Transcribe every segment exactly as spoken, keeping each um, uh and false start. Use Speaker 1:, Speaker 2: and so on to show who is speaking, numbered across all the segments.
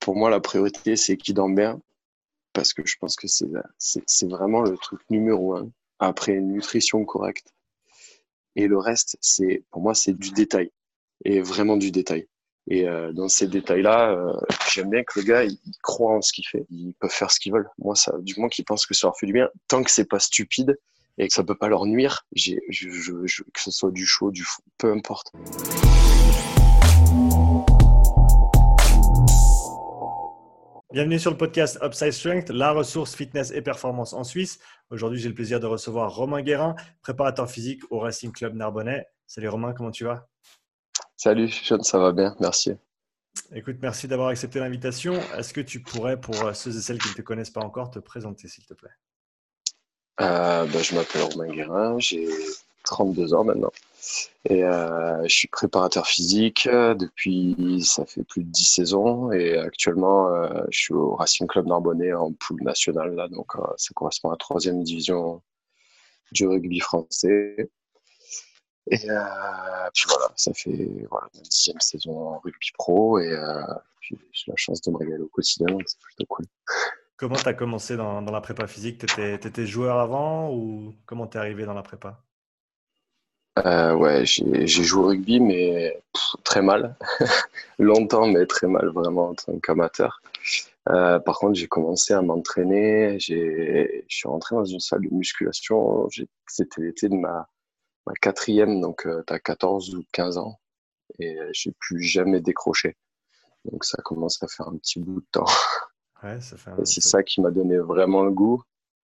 Speaker 1: pour moi, la priorité, c'est qu'il dorme bien, parce que je pense que c'est, c'est, c'est vraiment le truc numéro un. Après une nutrition correcte. Et le reste, c'est, pour moi, c'est du détail. Et vraiment du détail. Et euh, dans ces détails-là, euh, j'aime bien que le gars, il, il croit en ce qu'il fait. Ils peuvent faire ce qu'ils veulent. Moi, ça, du moment qu'ils pensent que ça leur fait du bien, tant que c'est pas stupide et que ça peut pas leur nuire, j'ai, je, je, je, que ce soit du chaud, du fou, peu importe.
Speaker 2: Bienvenue sur le podcast Upside Strength, la ressource fitness et performance en Suisse. Aujourd'hui, j'ai le plaisir de recevoir Romain Guérin, préparateur physique au Racing Club Narbonnais. Salut Romain, comment tu vas?
Speaker 1: Salut, Sean, ça va bien, merci.
Speaker 2: Écoute, merci d'avoir accepté l'invitation. Est-ce que tu pourrais, pour ceux et celles qui ne te connaissent pas encore, te présenter, s'il te plaît?
Speaker 1: Euh, bah, je m'appelle Romain Guérin, j'ai trente-deux ans maintenant. Et euh, je suis préparateur physique euh, depuis, ça fait plus de dix saisons. Et actuellement, euh, je suis au Racing Club Narbonnais en poule nationale. Là, donc, euh, ça correspond à la troisième division du rugby français. Et euh, puis voilà, ça fait voilà, ma dixième saison en rugby pro. Et euh, puis j'ai la chance de me régaler au quotidien, donc c'est plutôt cool.
Speaker 2: Comment tu as commencé dans, dans la prépa physique? Tu étais joueur avant ou comment tu es arrivé dans la prépa?
Speaker 1: Euh, ouais, j'ai j'ai joué au rugby, mais pff, très mal. Longtemps, mais très mal, vraiment, en tant qu'amateur. Euh, par contre, j'ai commencé à m'entraîner. J'ai, je suis rentré dans une salle de musculation. J'ai- C'était l'été de ma, ma quatrième, donc euh, t'as quatorze ou quinze ans. Et euh, j'ai plus jamais décroché. Donc ça commence à faire un petit bout de temps.
Speaker 2: Ouais, ça fait
Speaker 1: Et
Speaker 2: un-
Speaker 1: c'est
Speaker 2: ça-
Speaker 1: ça qui m'a donné vraiment le goût.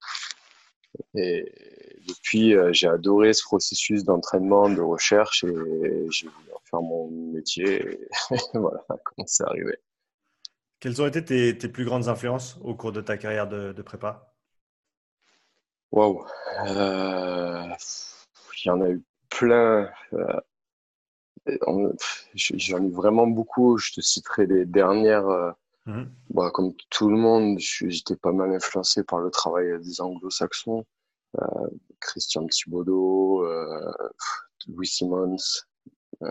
Speaker 1: Et depuis, euh, j'ai adoré ce processus d'entraînement, de recherche, et j'ai voulu en faire mon métier. Et voilà, comment c'est arrivé.
Speaker 2: Quelles ont été tes, tes plus grandes influences au cours de ta carrière de, de prépa?
Speaker 1: Waouh. Euh, Il y en a eu plein. Euh, en- pff, J'en ai vraiment beaucoup. Je te citerai les dernières. euh,
Speaker 2: Mhm.
Speaker 1: Bah, comme tout le monde, je suis- j'étais pas mal influencé par le travail des anglo-saxons. Euh, Christian Thibodeau, euh, Louis Simmons. Euh,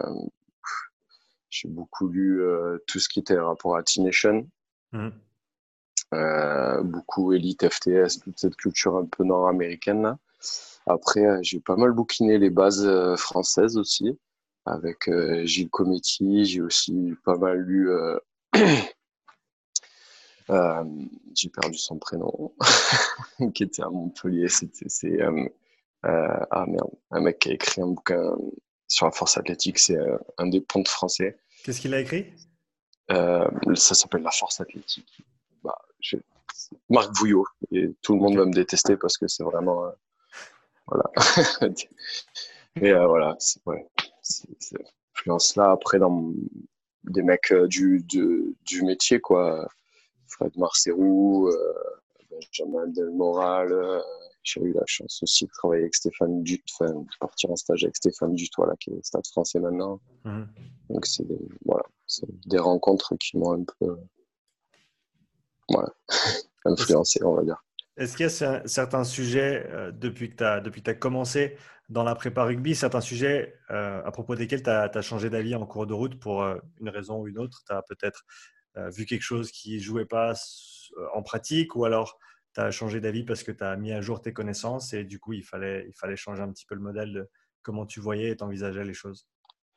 Speaker 1: j'ai beaucoup lu euh, tout ce qui était rapport à T-Nation.
Speaker 2: Mhm.
Speaker 1: Euh, beaucoup Elite F T S, toute cette culture un peu nord-américaine là. Après, euh, j'ai pas mal bouquiné les bases euh, françaises aussi, avec euh, Gilles Cometti. J'ai aussi pas mal lu. Euh, euh, j'ai perdu son prénom, qui était à Montpellier. C'était, c'est, euh, euh, ah merde, un mec qui a écrit un bouquin sur la force athlétique. C'est euh, un des pontes français.
Speaker 2: Qu'est-ce qu'il a écrit?
Speaker 1: Euh, ça s'appelle la force athlétique. Bah, je- Marc Vouillot. Et tout le monde
Speaker 2: Ok.
Speaker 1: va me détester parce que c'est vraiment, euh, voilà. Et euh, voilà, c'est ouais, c'est c'est influence-là. Après, dans mon- des mecs euh, du, de- du métier, quoi. Fred Marcerou, euh, Benjamin Delmoral. Euh, j'ai eu la chance aussi de travailler avec Stéphane Dut, enfin, de partir en stage avec Stéphane Dutoit, là, qui est au Stade français maintenant.
Speaker 2: Mhm.
Speaker 1: Donc, c'est des, voilà, c'est des rencontres qui m'ont un peu, voilà,
Speaker 2: Est-ce,
Speaker 1: influencé, on va dire.
Speaker 2: est-ce qu'il y a cer- certains sujets euh, depuis que tu as, depuis que tu commencé dans la prépa rugby, certains sujets euh, à propos desquels tu as changé d'avis en cours de route pour euh, une raison ou une autre? Tu as peut-être euh, vu quelque chose qui ne jouait pas euh, en pratique ou alors tu as changé d'avis parce que tu as mis à jour tes connaissances et du coup, il fallait, il fallait changer un petit peu le modèle de comment tu voyais et t'envisageais les choses.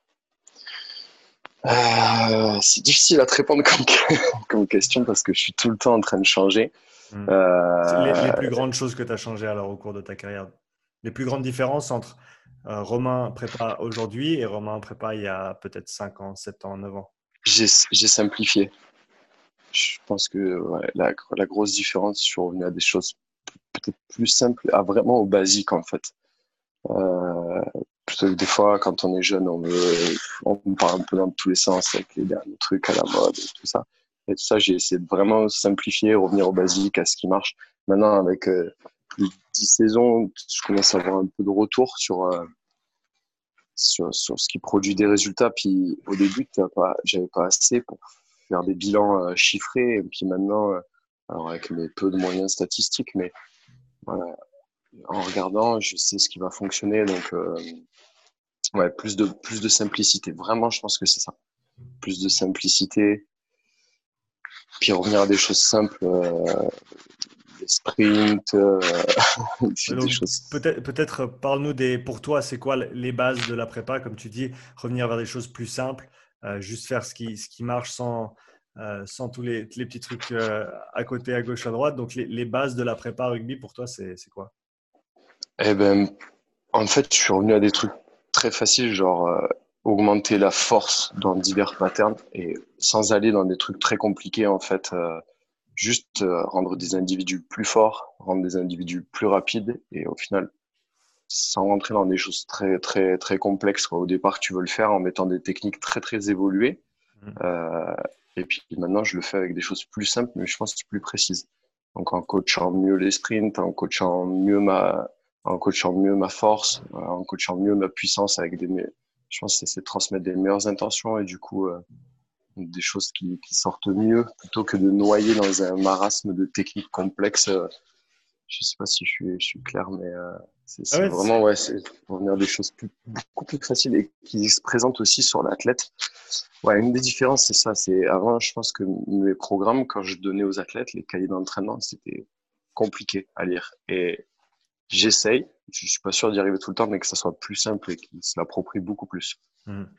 Speaker 1: Euh, c'est difficile à te répondre comme, comme question parce que je suis tout le temps en train de changer.
Speaker 2: Hmm. C'est Les, les
Speaker 1: Euh,
Speaker 2: plus grandes choses que tu as changées alors au cours de ta carrière, les plus grandes différences entre euh, Romain prépa aujourd'hui et Romain prépa il y a peut-être cinq ans, sept ans, neuf ans.
Speaker 1: j'ai j'ai simplifié. Je pense que ouais, la, la grosse différence, je suis revenu à des choses peut-être plus simples, à vraiment au basique en fait. Euh, Plutôt que des fois, quand on est jeune, on veut, on part un peu dans tous les sens avec les derniers trucs à la mode et tout ça. Et tout ça, j'ai essayé de vraiment simplifier, revenir au basique, à ce qui marche. Maintenant, avec euh, les dix saisons, je commence à avoir un peu de retour sur, euh, sur, sur ce qui produit des résultats. Puis au début, t'as pas, j'avais pas assez pour faire des bilans euh, chiffrés. Et puis maintenant, euh, alors avec mes peu de moyens statistiques, mais voilà, en regardant, je sais ce qui va fonctionner. Donc, euh, ouais, plus de, plus de simplicité. Vraiment, je pense que c'est ça. Plus de simplicité. Puis revenir à des choses simples, euh, des sprints, euh, des
Speaker 2: Donc,
Speaker 1: choses.
Speaker 2: peut-être, peut-être parle-nous des, pour toi, c'est quoi les bases de la prépa, comme tu dis, revenir vers des choses plus simples, euh, juste faire ce qui, ce qui marche sans, euh, sans tous les, les petits trucs euh, à côté, à gauche, à droite. Donc, les, les bases de la prépa rugby, pour toi, c'est, c'est quoi?
Speaker 1: Eh ben, en fait, je suis revenu à des trucs très faciles, genre euh, augmenter la force dans divers patterns et sans aller dans des trucs très compliqués, en fait. Euh, juste euh, rendre des individus plus forts, rendre des individus plus rapides et au final, sans rentrer dans des choses très, très, très complexes, quoi. Au départ, tu veux le faire en mettant des techniques très, très évoluées.
Speaker 2: Mhm.
Speaker 1: Euh, et puis maintenant, je le fais avec des choses plus simples, mais je pense plus précises. Donc en coachant mieux les sprints, en coachant mieux ma, en coachant mieux ma force, euh, en coachant mieux ma puissance avec des, me- je pense que c'est c'est de transmettre des meilleures intentions et du coup euh, des choses qui, qui sortent mieux plutôt que de noyer dans un marasme de techniques complexes. euh, je sais pas si je suis, je suis clair, mais euh, c'est
Speaker 2: Ah
Speaker 1: c'est
Speaker 2: ouais,
Speaker 1: vraiment, ouais, c'est revenir à des choses plus, beaucoup plus faciles et qui se présentent aussi sur l'athlète. Ouais, une des différences, c'est ça. C'est avant, je pense que mes programmes, quand je donnais aux athlètes les cahiers d'entraînement, c'était compliqué à lire. Et j'essaye, je suis pas sûr d'y arriver tout le temps, mais que ça soit plus simple et qu'ils se l'approprient beaucoup plus.
Speaker 2: Mhm.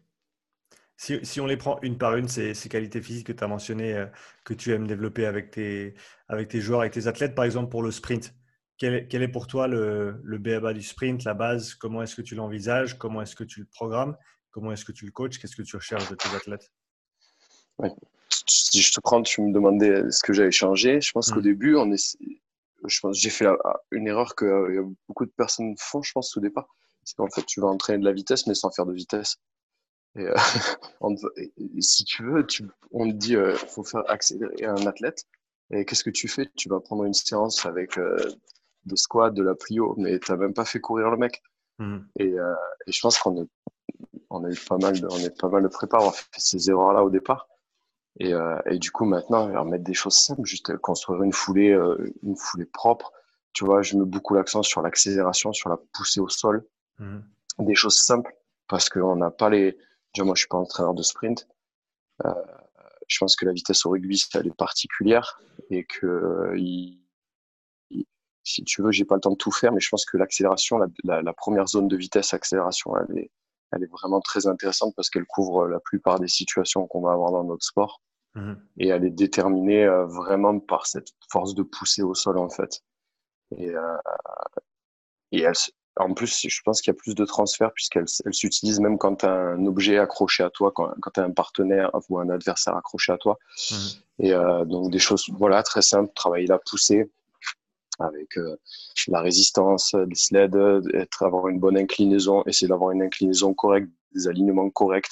Speaker 2: Si, si on les prend une par une, ces, ces qualités physiques que tu as mentionnées, euh, que tu aimes développer avec tes, avec tes joueurs, avec tes athlètes, par exemple pour le sprint, quel est, quel est pour toi le, le B A B A du sprint, la base? Comment est-ce que tu l'envisages? Comment est-ce que tu le programmes? Comment est-ce que tu le coaches? Qu'est-ce que tu recherches de tes athlètes?
Speaker 1: Ouais. Si je te prends, tu me demandais ce que j'avais changé. Je pense qu'au
Speaker 2: Mhm.
Speaker 1: début, on est, je pense, j'ai fait la- une erreur que euh, y a beaucoup de personnes font, je pense, au départ. C'est qu'en fait, tu vas entraîner de la vitesse, mais sans faire de vitesse. Et, euh, on te- et- et si tu veux, tu, on te dit, euh, faut faire accélérer un athlète. Et qu'est-ce que tu fais? Tu vas prendre une séance avec euh, des squats, de la plio, mais t'as même pas fait courir le mec.
Speaker 2: Mhm.
Speaker 1: Et, euh, et je pense qu'on a, on a eu pas mal de, on est pas mal de prépa, on a fait ces erreurs-là au départ. Et, euh, et du coup, maintenant, on va remettre des choses simples, juste construire une foulée, euh, une foulée propre. Tu vois, je mets beaucoup l'accent sur l'accélération, sur la poussée au sol,
Speaker 2: Mhm.
Speaker 1: des choses simples, parce qu'on n'a pas les. Déjà, moi, je suis pas entraîneur de sprint. Euh, je pense que la vitesse au rugby, elle est particulière et que euh, il, il- si tu veux, j'ai pas le temps de tout faire, mais je pense que l'accélération, la, la, la première zone de vitesse accélération, elle est, elle est vraiment très intéressante parce qu'elle couvre la plupart des situations qu'on va avoir dans notre sport
Speaker 2: Mhm.
Speaker 1: et elle est déterminée euh, vraiment par cette force de poussée au sol en fait. Et, euh, et elle, en plus, je pense qu'il y a plus de transfert puisqu'elle elle s'utilise même quand tu as un objet accroché à toi, quand, quand tu as un partenaire ou un adversaire accroché à toi.
Speaker 2: Mhm.
Speaker 1: Et euh, donc des choses voilà très simples, travailler la poussée avec euh, la résistance, les sleds, être, avoir une bonne inclinaison, essayer d'avoir une inclinaison correcte, des alignements corrects,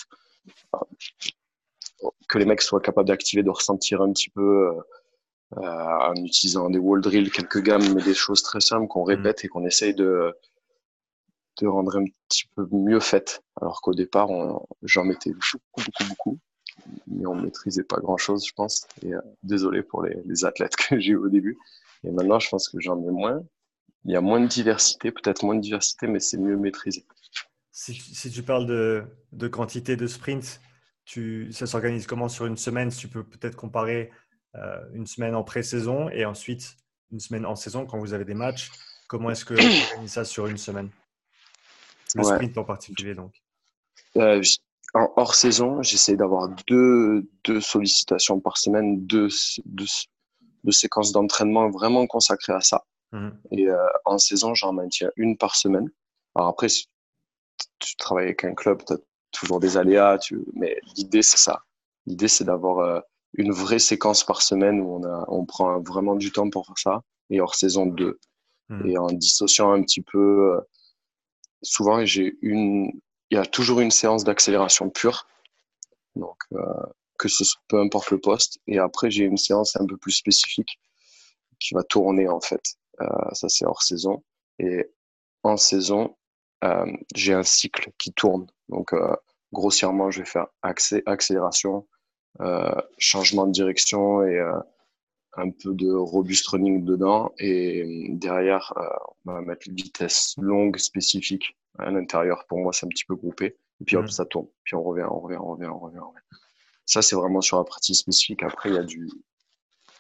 Speaker 1: que les mecs soient capables d'activer, de ressentir un petit peu euh, euh, en utilisant des wall drills, quelques gammes, mais des choses très simples qu'on
Speaker 2: Mhm.
Speaker 1: répète et qu'on essaye de, de rendre un petit peu mieux faites. Alors qu'au départ, on, j'en mettais beaucoup, beaucoup, beaucoup, mais on maîtrisait pas grand-chose, je pense. Et euh, désolé pour les, les athlètes que j'ai eu au début. Et maintenant, je pense que j'en ai moins. Il y a moins de diversité, peut-être moins de diversité, mais c'est mieux maîtrisé.
Speaker 2: Si, tu si tu parles de, de quantité de sprints, tu, ça s'organise comment sur une semaine? Tu peux peut-être comparer euh, une semaine en pré-saison et ensuite une semaine en saison quand vous avez des matchs. Comment est-ce que tu organises ça sur une semaine? Le
Speaker 1: Ouais.
Speaker 2: sprint en particulier, donc.
Speaker 1: Euh, j- en hors saison, j'essaie d'avoir deux, deux sollicitations par semaine, deux, deux, deux séquences d'entraînement vraiment consacrées à ça.
Speaker 2: Mhm.
Speaker 1: Et euh, en saison, j'en maintiens une par semaine. Alors après, si tu travailles avec un club, tu as toujours des aléas, tu... mais l'idée, c'est ça. L'idée, c'est d'avoir euh, une vraie séquence par semaine où on, a, on prend vraiment du temps pour faire ça. Et hors saison, deux.
Speaker 2: Mhm.
Speaker 1: Et en dissociant un petit peu, euh, souvent, j'ai une, il y a toujours une séance d'accélération pure. Donc, euh, que ce soit, peu importe le poste. Et après, j'ai une séance un peu plus spécifique qui va tourner, en fait. Euh, ça, c'est hors saison. Et en saison, euh, j'ai un cycle qui tourne. Donc, euh, grossièrement, je vais faire accé accélération, euh, changement de direction et euh, un peu de robust running dedans. Et derrière, euh, on va mettre une vitesse longue spécifique à l'intérieur. Pour moi, c'est un petit peu groupé. Et puis hop,
Speaker 2: Mhm.
Speaker 1: ça tourne. Puis on revient, on revient, on revient, on revient. On revient. Ça, c'est vraiment sur la partie spécifique. Après, il y a du,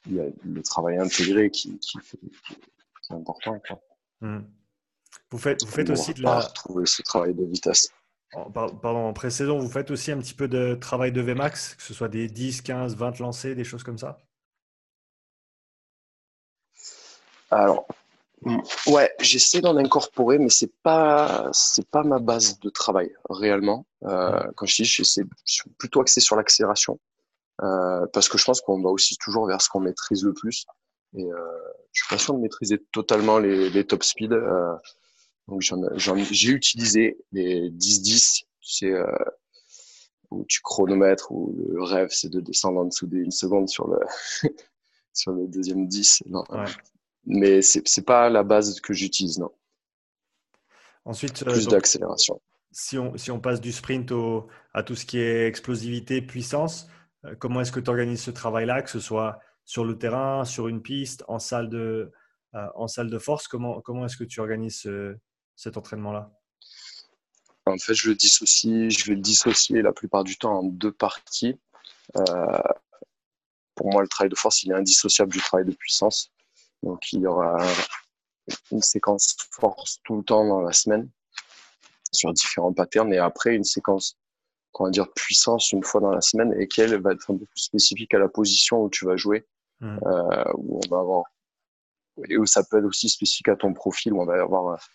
Speaker 1: il y a le travail intégré qui, qui, fait, qui est important, quoi.
Speaker 2: Hmm. Vous faites, vous faites
Speaker 1: Où on
Speaker 2: aussi
Speaker 1: va
Speaker 2: de
Speaker 1: pas
Speaker 2: la.
Speaker 1: retrouver ce travail de vitesse.
Speaker 2: En, par- pardon, en pré-saison, vous faites aussi un petit peu de travail de V max, que ce soit des dix, quinze, vingt lancers, des choses comme ça?
Speaker 1: Alors, mm, ouais, j'essaie d'en incorporer, mais c'est pas, c'est pas ma base de travail réellement. Euh,
Speaker 2: Hmm.
Speaker 1: quand je dis, j'essaie, je suis plutôt axé sur l'accélération, euh, parce que je pense qu'on va aussi toujours vers ce qu'on maîtrise le plus. Et euh, je suis pas sûr de maîtriser totalement les, les top speed. Euh, donc j'en, j'en, j'ai utilisé les dix dix, tu sais, euh, où tu chronomètres, où le rêve c'est de descendre en dessous d'une seconde sur le sur le deuxième dix. Non,
Speaker 2: Ouais.
Speaker 1: mais c'est c'est pas la base que j'utilise, non.
Speaker 2: Ensuite, euh,
Speaker 1: Plus
Speaker 2: donc,
Speaker 1: d'accélération.
Speaker 2: si on, si on passe du sprint au- à tout ce qui est explosivité, puissance, euh, comment est-ce que tu organises ce travail-là, que ce soit sur le terrain, sur une piste, en salle de, euh, en salle de force? Comment, comment est-ce que tu organises ce- cet entraînement-là?
Speaker 1: En fait, je le dissocie, je vais le dissocier la plupart du temps en deux parties. Euh, pour moi, le travail de force, il est indissociable du travail de puissance. Donc, il y aura une séquence force tout le temps dans la semaine sur différents patterns et après une séquence, comment dire, puissance une fois dans la semaine et qu'elle va être un peu plus spécifique à la position où tu vas jouer,
Speaker 2: Hmm.
Speaker 1: euh, où on va avoir, et où ça peut être aussi spécifique à ton profil, où on va avoir euh,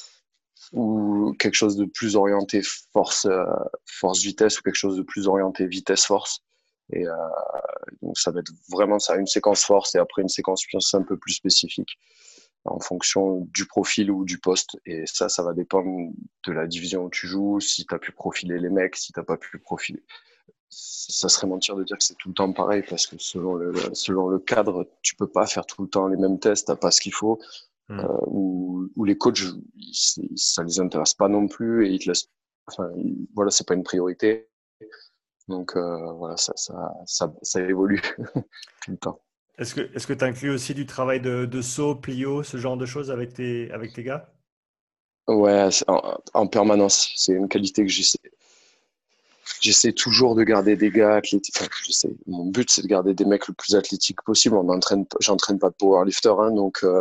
Speaker 1: ou quelque chose de plus orienté force, euh, force vitesse ou quelque chose de plus orienté vitesse force. Et euh, donc ça va être vraiment ça, une séquence force et après une séquence puissance un peu plus spécifique en fonction du profil ou du poste. Et ça, ça va dépendre de la division où tu joues, si tu as pu profiler les mecs, si tu n'as pas pu profiler. Ça serait mentir de dire que c'est tout le temps pareil parce que selon le, selon le cadre, tu peux pas faire tout le temps les mêmes tests, t'as pas ce qu'il faut.
Speaker 2: Hmm.
Speaker 1: Euh, ou, ou les coachs, ils, ça les intéresse pas non plus et ils te laissent. Enfin, ils- voilà, c'est pas une priorité. Donc euh, voilà, ça, ça, ça, ça évolue tout le temps.
Speaker 2: Est-ce que est-ce que tu inclus aussi du travail de, de saut, plio, ce genre de choses avec tes, avec tes gars?
Speaker 1: Ouais, c'est en, en permanence, c'est une qualité que j'essaie. J'essaie toujours de garder des gars athlétiques. Enfin, j'essaie. Mon but, c'est de garder des mecs le plus athlétiques possible. On entraîne, j'entraîne pas de powerlifter, hein, donc euh,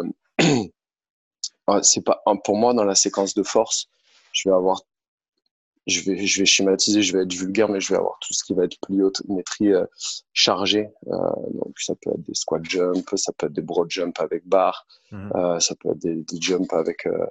Speaker 1: ah, c'est pas pour moi dans la séquence de force. Je vais avoir, je vais, je vais schématiser, je vais être vulgaire, mais je vais avoir tout ce qui va être pliométrie euh, chargée. Euh, donc ça peut être des squat jump, ça peut être des broad jump avec barre,
Speaker 2: Mhm.
Speaker 1: euh, ça peut être des, des jumps avec euh,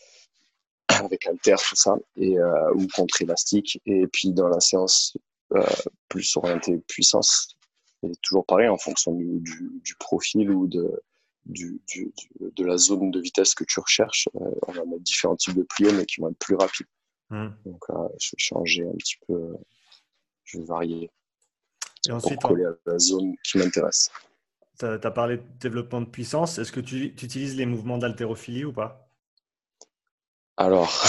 Speaker 1: avec halter, tout ça, et euh, ou contre élastique. Et puis dans la séance euh, plus orientée puissance, et toujours pareil en fonction du, du, du profil ou de du, du, du, de la zone de vitesse que tu recherches, euh, on va mettre différents types de pliés, mais qui vont être plus rapides.
Speaker 2: Mhm.
Speaker 1: Donc là, je vais changer un petit peu, euh, je vais varier
Speaker 2: Et
Speaker 1: pour
Speaker 2: ensuite,
Speaker 1: coller à la zone qui m'intéresse.
Speaker 2: tu as parlé de développement de puissance. Est-ce que tu, tu utilises les mouvements d'haltérophilie ou pas?
Speaker 1: Alors,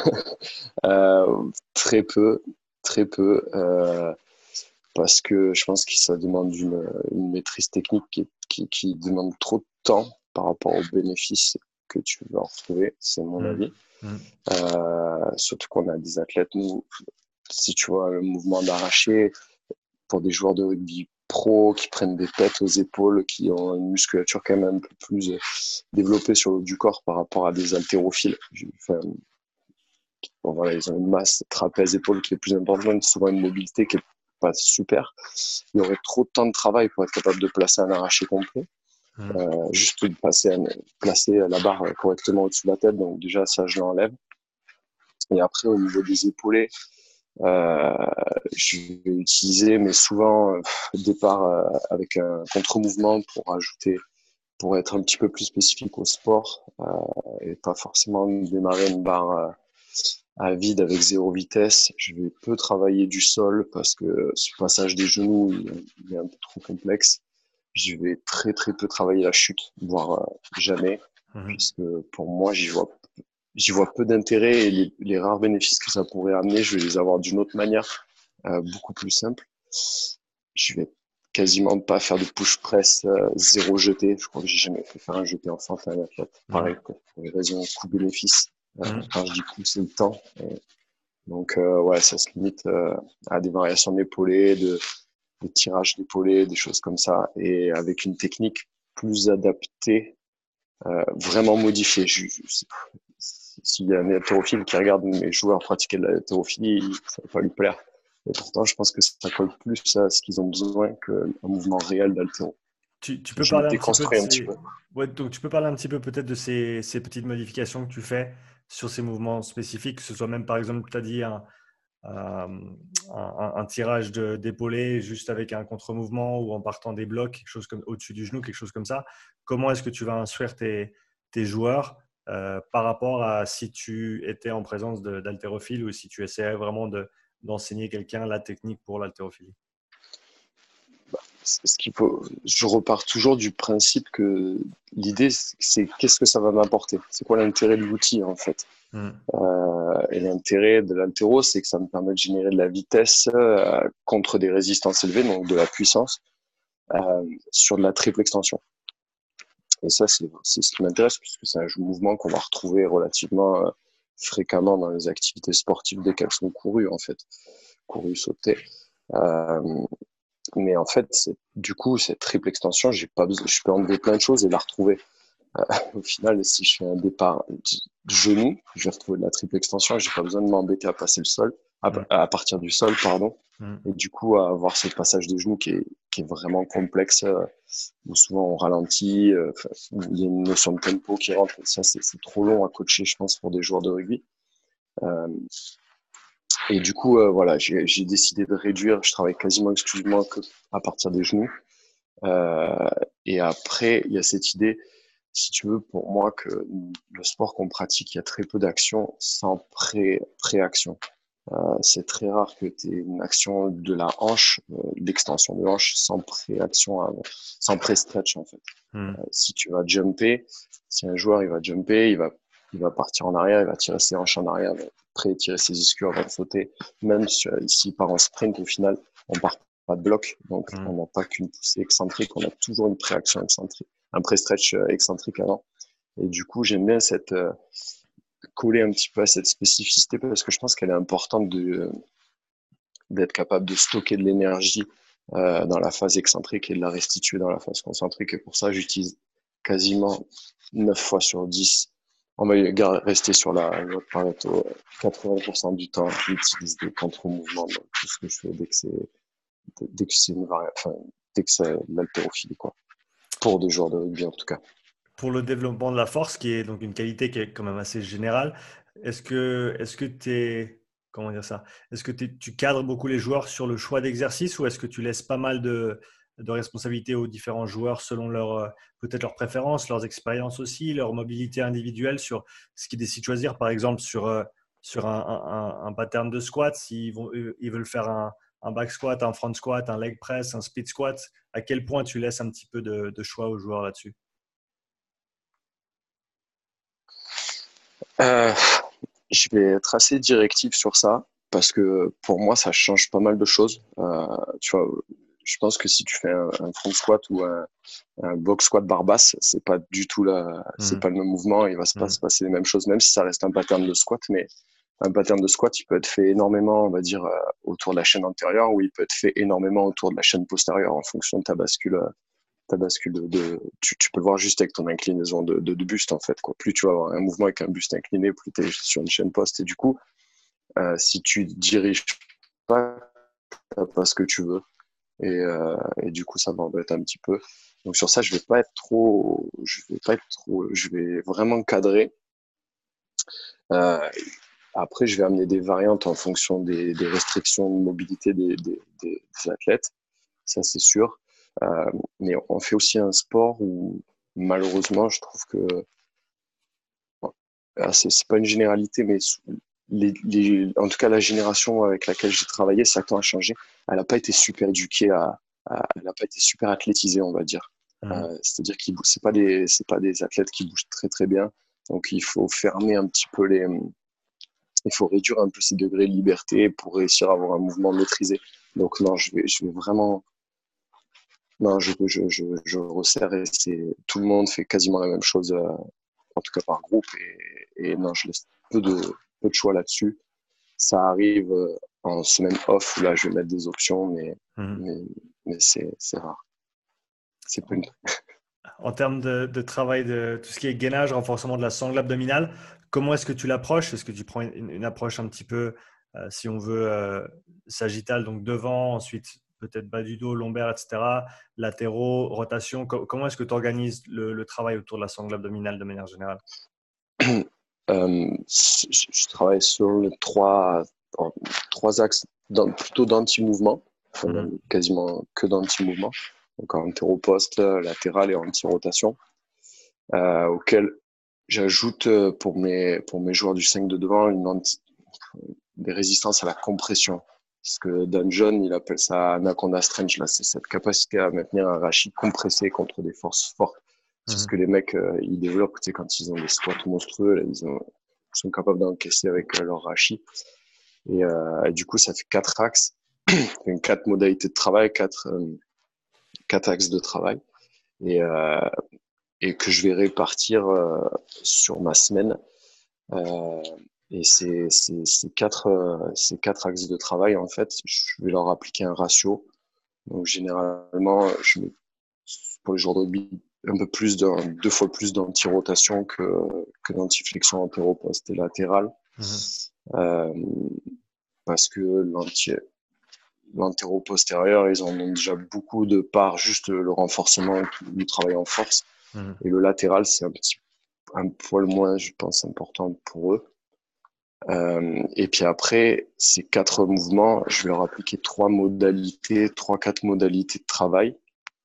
Speaker 1: euh, très peu, très peu, euh, parce que je pense que ça demande une, une maîtrise technique qui, qui, qui demande trop de temps par rapport aux bénéfices que tu vas en retrouver, c'est mon
Speaker 2: Mhm.
Speaker 1: avis.
Speaker 2: Mhm.
Speaker 1: Euh, surtout qu'on a des athlètes, nous, si tu vois le mouvement d'arraché, pour des joueurs de rugby pro qui prennent des pètes aux épaules, qui ont une musculature quand même un peu plus euh, développée sur le haut du corps par rapport à des haltérophiles. Enfin, bon, voilà, ils ont une masse trapèze-épaule qui est plus importante, souvent une mobilité qui est pas super. Il y aurait trop de temps de travail pour être capable de placer un arraché complet.
Speaker 2: Mhm.
Speaker 1: Euh, juste de passer un, placer la barre correctement au-dessus de la tête. Donc déjà, ça, je l'enlève. Et après, au niveau des épaulés, euh, je vais utiliser, mais souvent, euh, départ euh, avec un contre-mouvement pour ajouter, pour être un petit peu plus spécifique au sport euh, et pas forcément démarrer une barre euh, à vide avec zéro vitesse. Je vais peu travailler du sol parce que ce passage des genoux, il, il est un peu trop complexe. Je vais très très peu travailler la chute, voire euh, jamais,
Speaker 2: Mhm.
Speaker 1: puisque pour moi, j'y vois j'y vois peu d'intérêt et les, les rares bénéfices que ça pourrait amener, je vais les avoir d'une autre manière, euh, beaucoup plus simple. Je vais quasiment pas faire de push press, euh, zéro jeté. Je crois que j'ai jamais fait faire un jeté en santé à un athlète. Pareil,
Speaker 2: Mhm.
Speaker 1: quoi, pour les raisons coût-bénéfice. Euh,
Speaker 2: Mhm.
Speaker 1: quand je dis coût, c'est le temps. Et donc, euh, ouais, ça se limite euh, à des variations d'épaulés, de, des tirages d'épaulés, des choses comme ça, et avec une technique plus adaptée, euh, vraiment modifiée. Je, je, S'il y a un haltérophile qui regarde mes joueurs pratiquer de l'haltérophilie, ça va pas lui plaire. Et pourtant, je pense que ça colle plus à ce qu'ils ont besoin qu'un mouvement réel d'haltéro.
Speaker 2: Tu, tu peux
Speaker 1: Je le
Speaker 2: parler un petit peu de
Speaker 1: déconstruis un petit peu.
Speaker 2: ces, ouais, donc tu peux parler un petit peu peut-être de ces, ces petites modifications que tu fais sur ces mouvements spécifiques, que ce soit même par exemple, tu as dit un, un, un- un tirage de- d'épaulé juste avec un contre-mouvement ou en partant des blocs, quelque chose comme au-dessus du genou, quelque chose comme ça. Comment est-ce que tu vas instruire tes, tes joueurs euh, par rapport à si tu étais en présence de- d'haltérophiles ou si tu essayais vraiment de, d'enseigner quelqu'un la technique pour l'haltérophilie?
Speaker 1: Ce qu'il faut, je repars toujours du principe que l'idée, c'est qu'est-ce que ça va m'apporter? C'est quoi l'intérêt de l'outil, en fait?
Speaker 2: Hmm.
Speaker 1: Euh, et l'intérêt de l'haltéro, c'est que ça me permet de générer de la vitesse euh, contre des résistances élevées, donc de la puissance, euh, sur de la triple extension. Et ça, c'est c'est ce qui m'intéresse, puisque c'est un mouvement qu'on va retrouver relativement euh, fréquemment dans les activités sportives dès qu'elles sont courues, en fait. Courues, sautées. Euh, mais en fait, c'est, du coup, cette triple extension, j'ai pas besoin, je peux enlever plein de choses et la retrouver. Euh, au final, si je fais un départ de genou, je vais retrouver de la triple extension. J'ai pas besoin de m'embêter à passer le sol, à,
Speaker 2: Hmm.
Speaker 1: à partir du sol, pardon.
Speaker 2: Hmm.
Speaker 1: Et du coup, à avoir ce passage de genou qui est, qui est vraiment complexe, euh, où souvent on ralentit, euh, où il y a une notion de tempo qui rentre. Ça, c'est, c'est trop long à coacher, je pense, pour des joueurs de rugby. Euh, et du coup, euh, voilà, j'ai, j'ai décidé de réduire. Je travaille quasiment exclusivement que à partir des genoux. Euh, et après, il y a cette idée, si tu veux, pour moi, que le sport qu'on pratique, il y a très peu d'actions sans pré, pré-action. Euh, c'est très rare que tu aies une action de la hanche, euh, l'extension de hanche, sans pré-action, avant, sans pré-stretch, en fait.
Speaker 2: Hmm.
Speaker 1: Euh, si tu vas jumper, si un joueur, il va jumper, il va, il va partir en arrière, il va tirer ses hanches en arrière, il va pré-tirer ses ischios avant de sauter. Même si, euh, s'il part en sprint, au final, on part pas de bloc, donc
Speaker 2: Hmm.
Speaker 1: on n'a pas qu'une poussée excentrique, on a toujours une pré-action excentrique, un pré-stretch euh, excentrique avant. Et du coup, j'aime bien cette euh, coller un petit peu à cette spécificité parce que je pense qu'elle est importante de euh, d'être capable de stocker de l'énergie euh, dans la phase excentrique et de la restituer dans la phase concentrique. Et pour ça, j'utilise quasiment neuf fois sur dix. On va rester sur la loi de Pareto. quatre-vingts pour cent du temps, j'utilise des contre-mouvements. Donc, tout ce que je fais dès que c'est dès que c'est une variable, enfin, dès que c'est de l'haltérophilie, quoi. Pour des joueurs de rugby, en tout cas.
Speaker 2: Pour le développement de la force, qui est donc une qualité qui est quand même assez générale, est-ce que est-ce que t'es, comment dire ça? Est-ce que t'es- tu cadres beaucoup les joueurs sur le choix d'exercice ou est-ce que tu laisses pas mal de, de responsabilités aux différents joueurs selon leur euh, peut-être leurs préférences, leurs expériences aussi, leur mobilité individuelle sur ce qu'ils décident de choisir, par exemple sur euh, sur un, un- un pattern de squat, s'ils vont ils veulent faire un, un back squat, un front squat, un leg press, un split squat, à quel point tu laisses un petit peu de, de choix aux joueurs là-dessus?
Speaker 1: Euh, je vais être assez directif sur ça parce que pour moi, ça change pas mal de choses. Euh, tu vois, je pense que si tu fais un, un front squat ou un, un box squat barre basse, c'est pas du tout la, c'est
Speaker 2: Mhm.
Speaker 1: pas le même mouvement. Il va se pas se
Speaker 2: Mhm.
Speaker 1: passer les mêmes choses, même si ça reste un pattern de squat. Mais un pattern de squat, il peut être fait énormément, on va dire, euh, autour de la chaîne antérieure ou il peut être fait énormément autour de la chaîne postérieure en fonction de ta bascule, euh, ta bascule de, de tu, tu peux le voir juste avec ton inclinaison de, de, de buste en fait quoi. Plus tu vas avoir un mouvement avec un buste incliné, plus tu es sur une chaîne poste et du coup euh, si tu diriges pas, t'as pas ce que tu veux et, euh, et du coup ça m'embête un petit peu. Donc sur ça je vais pas être trop, je vais pas être trop, je vais vraiment cadrer. Euh, Après je vais amener des variantes en fonction des, des restrictions de mobilité des, des, des, des athlètes, ça c'est sûr. Euh, mais on fait aussi un sport où malheureusement je trouve que ah, c'est c'est pas une généralité, mais les, les, en tout cas la génération avec laquelle j'ai travaillé, ça a changé. Elle n'a pas été super éduquée à, à elle n'a pas été super athlétisée, on va dire.
Speaker 2: Mhm.
Speaker 1: Euh, c'est-à-dire qu'ils c'est pas des c'est pas des athlètes qui bougent très très bien. Donc il faut fermer un petit peu les, il faut réduire un peu ces degrés de liberté pour réussir à avoir un mouvement maîtrisé. Donc non, je vais je vais vraiment non, je je je, je resserre et c'est tout le monde fait quasiment la même chose. Euh, en tout cas par groupe. Et, et non, je laisse peu de, peu de choix là-dessus. ça arrive euh, en semaine off où là, je vais mettre des options, mais,
Speaker 2: Mhm.
Speaker 1: mais, mais c'est, c'est rare. C'est pas une...
Speaker 2: En termes de, de travail, de tout ce qui est gainage, renforcement de la sangle abdominale, comment est-ce que tu l'approches? Est-ce que tu prends une, une approche un petit peu, euh, si on veut, euh, sagittale, donc devant, ensuite peut-être bas du dos, lombaire, et cetera, latéraux, rotation. Co- comment est-ce que tu organises le, le travail autour de la sangle abdominale de manière générale?
Speaker 1: Euh, je, je travaille sur le trois, en- trois axes dans- plutôt d'anti-mouvement, enfin,
Speaker 2: Mhm.
Speaker 1: même quasiment que d'anti-mouvement, donc antéro-poste, latéral et anti-rotation, euh, auquel j'ajoute euh, pour mes, pour mes joueurs du cinq de devant une anti- des résistances à la compression. Parce que Dan John, il appelle ça Anaconda Strength, là, c'est cette capacité à maintenir un rachis compressé contre des forces fortes. C'est ce
Speaker 2: Mhm.
Speaker 1: que les mecs, euh, ils développent, tu sais, quand ils ont des squats monstrueux, là, ils, ont, ils sont capables d'encaisser avec euh, leur rachis. Et, euh, et du coup, ça fait quatre axes, quatre modalités de travail, quatre, euh, quatre axes de travail. Et, euh, et que je vais répartir euh, sur ma semaine. Euh, et ces, ces, ces, quatre, euh, ces quatre axes de travail, en fait, je vais leur appliquer un ratio. Donc, généralement, je mets, pour les jours de rugby, un peu plus d'un, deux fois plus d'anti-rotation que, que d'anti-flexion antéro-poste et latérale.
Speaker 2: Mhm.
Speaker 1: Euh, parce que l'anti, l'antéro-postérieur, ils en ont déjà beaucoup de par juste le renforcement du travail en force.
Speaker 2: Mhm.
Speaker 1: Et le latéral, c'est un petit, un poil moins, je pense, important pour eux. Euh, et puis après, ces quatre mouvements, je vais leur appliquer trois modalités, trois, quatre modalités de travail.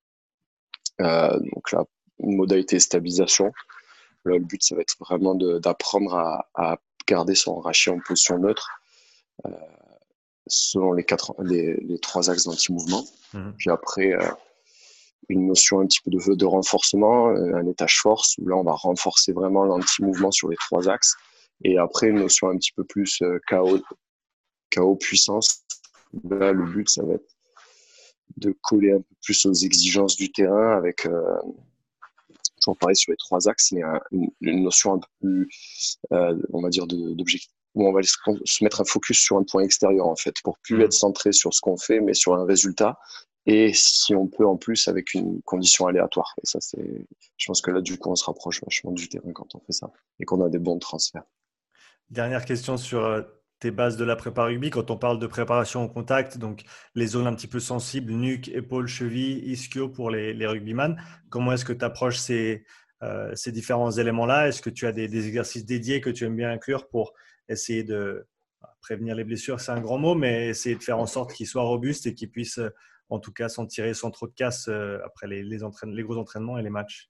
Speaker 1: Euh, donc là, une modalité stabilisation. Là, le but, ça va être vraiment de, d'apprendre à, à garder son rachis en position neutre euh, selon les, quatre, les, les trois axes d'anti-mouvement.
Speaker 2: Mhm.
Speaker 1: Puis après, euh, une notion un petit peu de, de renforcement, un étage force, où là, on va renforcer vraiment l'anti-mouvement sur les trois axes. Et après, une notion un petit peu plus euh, K O, K O puissance. Là, le but, ça va être de coller un peu plus aux exigences du terrain avec, euh, toujours pareil sur les trois axes, mais un, une, une, notion un peu plus, euh, on va dire, d'objectif, où on va se mettre un focus sur un point extérieur, en fait, pour plus être
Speaker 2: Mhm.
Speaker 1: centré sur ce qu'on fait, mais sur un résultat. Et si on peut, en plus, avec une condition aléatoire. Et ça, c'est, je pense que là, du coup, on se rapproche vachement du terrain quand on fait ça et qu'on a des bons transferts.
Speaker 2: Dernière question sur euh, tes bases de la prépa rugby. Quand on parle de préparation au contact, donc les zones un petit peu sensibles, nuque, épaule, cheville, ischio pour les, les rugbyman, comment est-ce que tu approches ces, euh, ces différents éléments-là? Est-ce que tu as des, des exercices dédiés que tu aimes bien inclure pour essayer de prévenir les blessures? C'est un grand mot, mais essayer de faire en sorte qu'ils soient robustes et qu'ils puissent euh, en tout cas s'en tirer sans trop de casse euh, après les, les, entraîne- les gros entraînements et les matchs.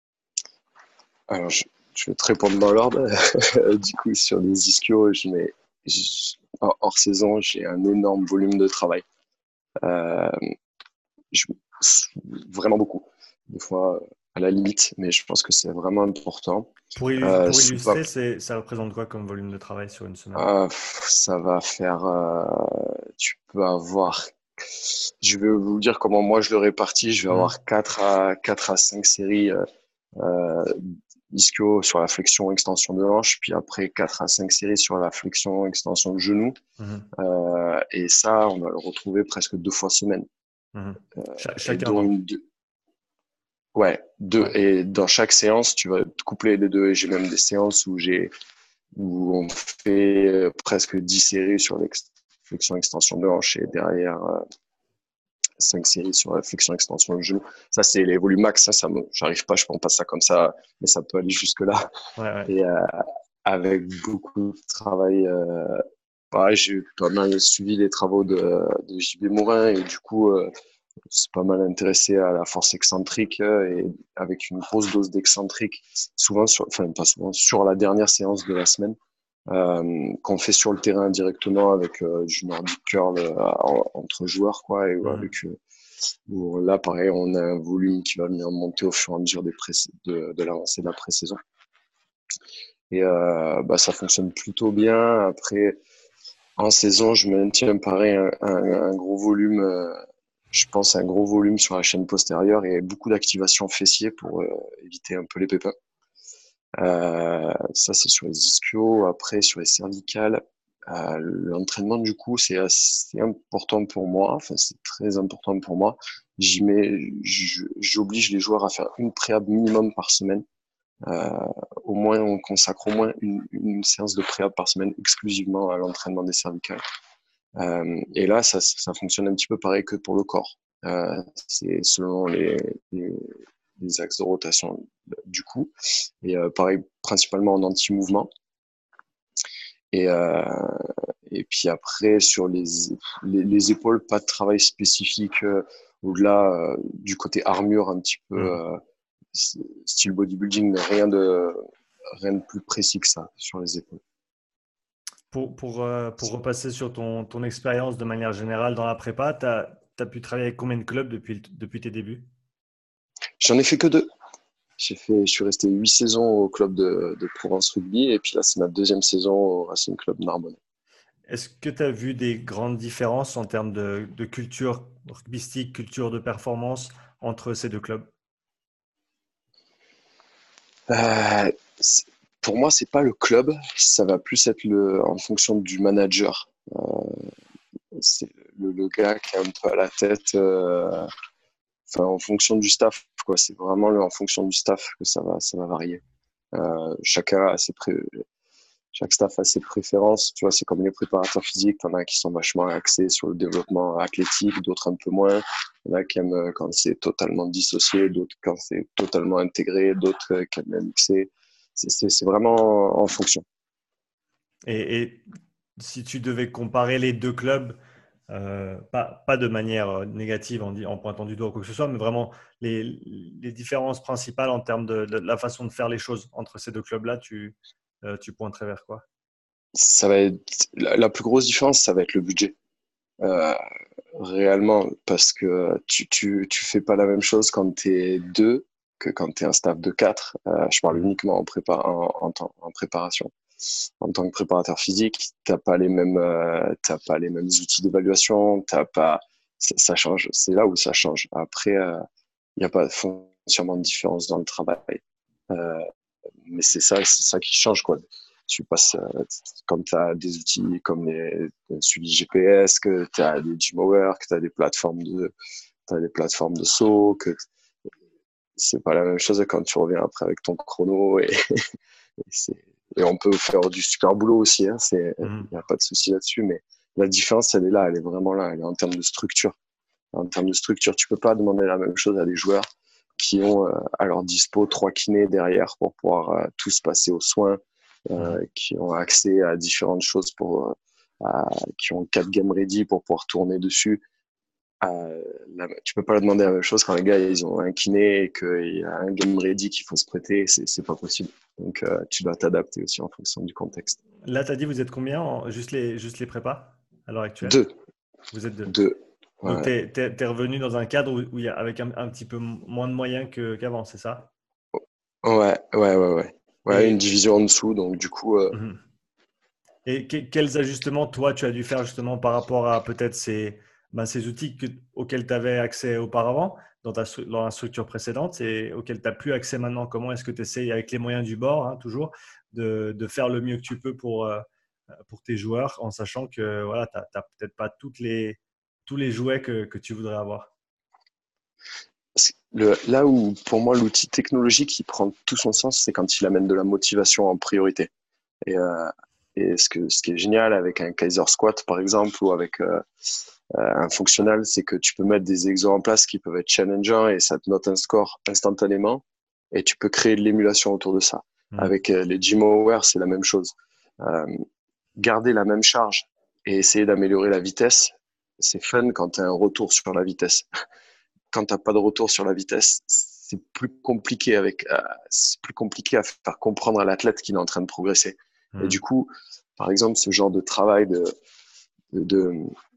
Speaker 1: Alors, je, je vais te répondre dans l'ordre. Du coup, sur les ischios, je mets, je, hors saison, j'ai un énorme volume de travail. Euh, je, vraiment beaucoup. Des fois, à la limite, mais je pense que c'est vraiment important.
Speaker 2: Pour, illu-
Speaker 1: Euh,
Speaker 2: pour
Speaker 1: c'est pas,
Speaker 2: illustrer, c'est, ça représente quoi comme volume de travail sur une semaine?
Speaker 1: euh, ça va faire, euh, tu peux avoir, je vais vous dire comment moi je le répartis. Je vais
Speaker 2: Mhm.
Speaker 1: avoir quatre à, quatre à cinq séries, euh, euh, ischio sur la flexion extension de hanche, puis après quatre à cinq séries sur la flexion extension de genou.
Speaker 2: Mhm.
Speaker 1: Euh, et ça, on va le retrouver presque deux fois semaine.
Speaker 2: Mhm. Cha-
Speaker 1: Et
Speaker 2: chacun
Speaker 1: dont
Speaker 2: donc.
Speaker 1: une, ouais, deux.
Speaker 2: Ouais.
Speaker 1: Et dans chaque séance, tu vas te coupler les deux. Et j'ai même des séances où j'ai, où on fait euh, presque dix séries sur l'ex- flexion extension de hanche et derrière euh, cinq séries sur la flexion extension de genou. Ça, c'est les volumes max. Ça, ça me, j'arrive pas, je prends pas ça comme ça, mais ça peut aller jusque là.
Speaker 2: Ouais, ouais.
Speaker 1: Et euh, avec beaucoup de travail. Euh, pareil, j'ai pas mal suivi les travaux de, de J B Mourin et du coup, euh, c'est pas mal intéressé à la force excentrique euh, et avec une grosse dose d'excentrique, souvent sur, enfin pas souvent, sur la dernière séance de la semaine, euh, qu'on fait sur le terrain directement avec euh, du Nordic Curl euh, entre joueurs, quoi, et
Speaker 2: Mhm.
Speaker 1: avec euh, où là, pareil, on a un volume qui va venir monter au fur et à mesure des pré de, de l'avancée de la pré-saison. Et euh, bah, ça fonctionne plutôt bien. Après, en saison, je maintiens pareil un, un, un gros volume, euh, je pense un gros volume sur la chaîne postérieure et beaucoup d'activation fessier pour euh, éviter un peu les pépins. Euh, ça, c'est sur les ischios. Après, sur les cervicales, Euh, l'entraînement, du coup, c'est assez important pour moi. Enfin, c'est très important pour moi. J'y mets, je- j'oblige les joueurs à faire une préhab minimum par semaine. Euh, Au moins, on consacre au moins une, une séance de préhab par semaine exclusivement à l'entraînement des cervicales. Euh, et là, ça, ça fonctionne un petit peu pareil que pour le corps. Euh, c'est selon les, les, les axes de rotation du coup. Et euh, pareil, principalement en anti-mouvement. Et, euh, et puis après, sur les, les, les épaules, pas de travail spécifique euh, au-delà euh, du côté armure un petit peu
Speaker 2: Mhm.
Speaker 1: euh, style bodybuilding, mais rien de, rien de plus précis que ça sur les épaules.
Speaker 2: Pour, pour, euh, pour repasser sur ton, ton expérience de manière générale dans la prépa, tu as pu travailler avec combien de clubs depuis, depuis tes débuts?
Speaker 1: J'en ai fait que deux. J'ai fait, je suis resté huit saisons au club de, de Provence Rugby et puis là, c'est ma deuxième saison au Racing Club Narbonnais.
Speaker 2: Est-ce que tu as vu des grandes différences en termes de, de culture rugbystique, culture de performance entre ces deux clubs?
Speaker 1: Euh, c'est- pour moi, c'est pas le club, ça va plus être le, en fonction du manager. Euh, c'est le, le gars qui est un peu à la tête, euh, enfin, en fonction du staff, quoi. C'est vraiment le- en fonction du staff que ça va, ça va varier. Euh, chacun a ses pré- chaque staff a ses préférences. Tu vois, c'est comme les préparateurs physiques. T'en as qui sont vachement axés sur le développement athlétique, d'autres un peu moins. Il y en a qui aiment euh, quand c'est totalement dissocié, d'autres quand c'est totalement intégré, d'autres euh, qui aiment même mixer. C'est, c'est, c'est vraiment en fonction.
Speaker 2: Et, et si tu devais comparer les deux clubs, euh, pas, pas de manière euh, négative en, di- en pointant du doigt ou quoi que ce soit, mais vraiment les, les différences principales en termes de, de la façon de faire les choses entre ces deux clubs-là, tu, euh, tu pointerais vers quoi?
Speaker 1: Ça va être la, la plus grosse différence, ça va être le budget. Euh, Réellement, parce que tu, tu, tu fais pas la même chose quand t'es deux que quand t'es un staff de quatre. Euh, je parle
Speaker 2: Mhm.
Speaker 1: uniquement en prépa, en, en, temps- en préparation. En tant que préparateur physique, t'as pas les mêmes, euh, t'as pas les mêmes outils d'évaluation, t'as pas, ça, ça change. C'est là où ça change. Après, il n'y a pas foncièrement de différence dans le travail. Euh, mais c'est ça, c'est ça qui change, quoi. Tu passes, euh, comme tu as des outils comme les, suivi G P S, que tu as des Gymaware, que tu as des plateformes de, t'as des plateformes de saut, que c'est pas la même chose quand tu reviens après avec ton chrono et, et, c'est, et on peut faire du super boulot aussi, hein, c'est, il
Speaker 2: Mhm.
Speaker 1: n'y a pas de souci là-dessus, mais la différence, elle est là, elle est vraiment là, elle est en termes de structure. En termes de structure, tu peux pas demander la même chose à des joueurs qui ont euh, à leur dispo trois kinés derrière pour pouvoir euh, tous passer aux soins,
Speaker 2: Mhm.
Speaker 1: euh, qui ont accès à différentes choses pour, euh, à- qui ont quatre game ready pour pouvoir tourner dessus. Euh, là, tu peux pas leur demander la même chose quand les gars ils ont un kiné et qu'il y a un game ready qu'il faut se prêter, c'est c'est pas possible. Donc euh, tu dois t'adapter aussi en fonction du contexte.
Speaker 2: Là, tu as dit, vous êtes combien en- juste les, juste les prépas à l'heure actuelle?
Speaker 1: Deux,
Speaker 2: Vous êtes deux.
Speaker 1: deux.
Speaker 2: Donc,
Speaker 1: Ouais,
Speaker 2: tu es, revenu dans un cadre où, où il y a, avec un, un petit peu moins de moyens que- qu'avant, c'est ça?
Speaker 1: ouais, ouais, ouais, ouais. Ouais, une
Speaker 2: Et,
Speaker 1: division en dessous, donc du coup, euh,
Speaker 2: mhm. Et que- quels ajustements, toi, tu as dû faire justement par rapport à peut-être ces, ben, ces outils que- auxquels tu avais accès auparavant dans, ta, stru- dans la structure précédente et auxquels tu n'as plus accès maintenant? Comment est-ce que tu essayes, avec les moyens du bord, hein, toujours, de, de faire le mieux que tu peux pour, euh, pour tes joueurs en sachant que voilà, tu n'as peut-être pas toutes les, tous les jouets que, que tu voudrais avoir?
Speaker 1: c'est le, là où pour moi l'outil technologique il prend tout son sens, c'est quand il amène de la motivation en priorité. Et, euh, et ce, que, ce qui est génial avec un Kaiser Squat par exemple ou avec euh, euh, un fonctionnal, c'est que tu peux mettre des exos en place qui peuvent être challengeants et ça te note un score instantanément et tu peux créer de l'émulation autour de ça.
Speaker 2: Mhm.
Speaker 1: Avec euh, les Gymaware, c'est la même chose. Euh, Garder la même charge et essayer d'améliorer la vitesse, c'est fun quand tu as un retour sur la vitesse. Quand tu n'as pas de retour sur la vitesse, c'est plus compliqué avec, euh, c'est plus compliqué à faire comprendre à l'athlète qu'il est en train de progresser. Et du
Speaker 2: Mhm.
Speaker 1: coup, par exemple, ce genre de travail de, de,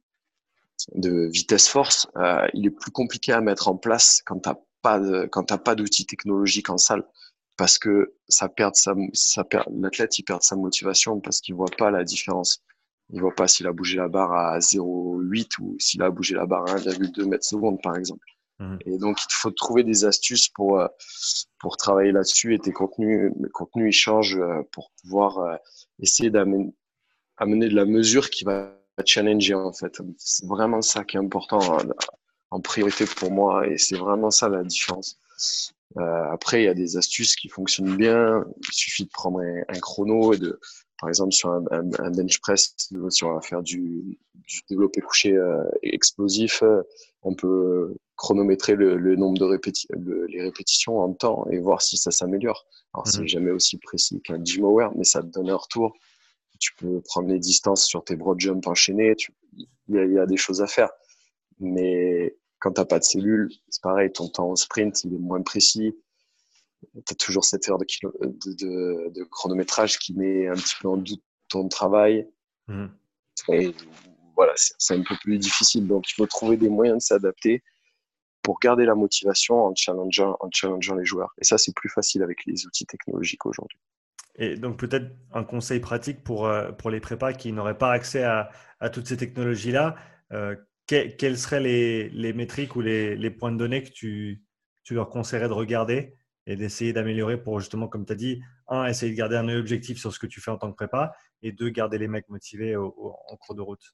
Speaker 1: de vitesse force, euh, il est plus compliqué à mettre en place quand t'as pas de, quand t'as pas d'outils technologiques en salle, parce que ça perd sa, ça perd, l'athlète il perd sa motivation parce qu'il voit pas la différence. Il voit pas s'il a bougé la barre à zéro virgule huit ou s'il a bougé la barre à un virgule deux mètres secondes, par exemple.
Speaker 2: Mhm.
Speaker 1: Et donc, il faut trouver des astuces pour, euh, pour travailler là-dessus et tes contenus, les contenus, ils changent euh, pour pouvoir euh, essayer d'amener, amener de la mesure qui va challenger en fait. C'est vraiment ça qui est important en, en priorité pour moi et c'est vraiment ça la différence. Euh, après, il y a des astuces qui fonctionnent bien. Il suffit de prendre un, un chrono et de, par exemple, sur un, un, un bench press, si on va faire du, du développé couché euh, explosif, euh, on peut chronométrer le, le nombre de répéti le, les répétitions en temps et voir si ça s'améliore. Alors, c'est
Speaker 2: Mhm.
Speaker 1: jamais aussi précis qu'un GymAware, mais ça te donne un retour. Tu peux prendre les distances sur tes broad jumps enchaînés. Tu, il y a, il y a des choses à faire. Mais quand t'as pas de cellules, c'est pareil, ton temps au sprint, il est moins précis. Tu as toujours cette heure de, kilo, de, de, de chronométrage qui met un petit peu en doute ton travail.
Speaker 2: Mhm.
Speaker 1: Et voilà, c'est un peu plus difficile. Donc, il faut trouver des moyens de s'adapter pour garder la motivation en challengeant, en challengeant les joueurs. Et ça, c'est plus facile avec les outils technologiques aujourd'hui.
Speaker 2: Et donc peut-être un conseil pratique pour, euh, pour les prépas qui n'auraient pas accès à, à toutes ces technologies-là. Euh, que- quelles seraient les, les métriques ou les, les points de données que tu, tu leur conseillerais de regarder et d'essayer d'améliorer pour justement, comme tu as dit, un, essayer de garder un œil objectif sur ce que tu fais en tant que prépa et deux, garder les mecs motivés au- au- en cours de route.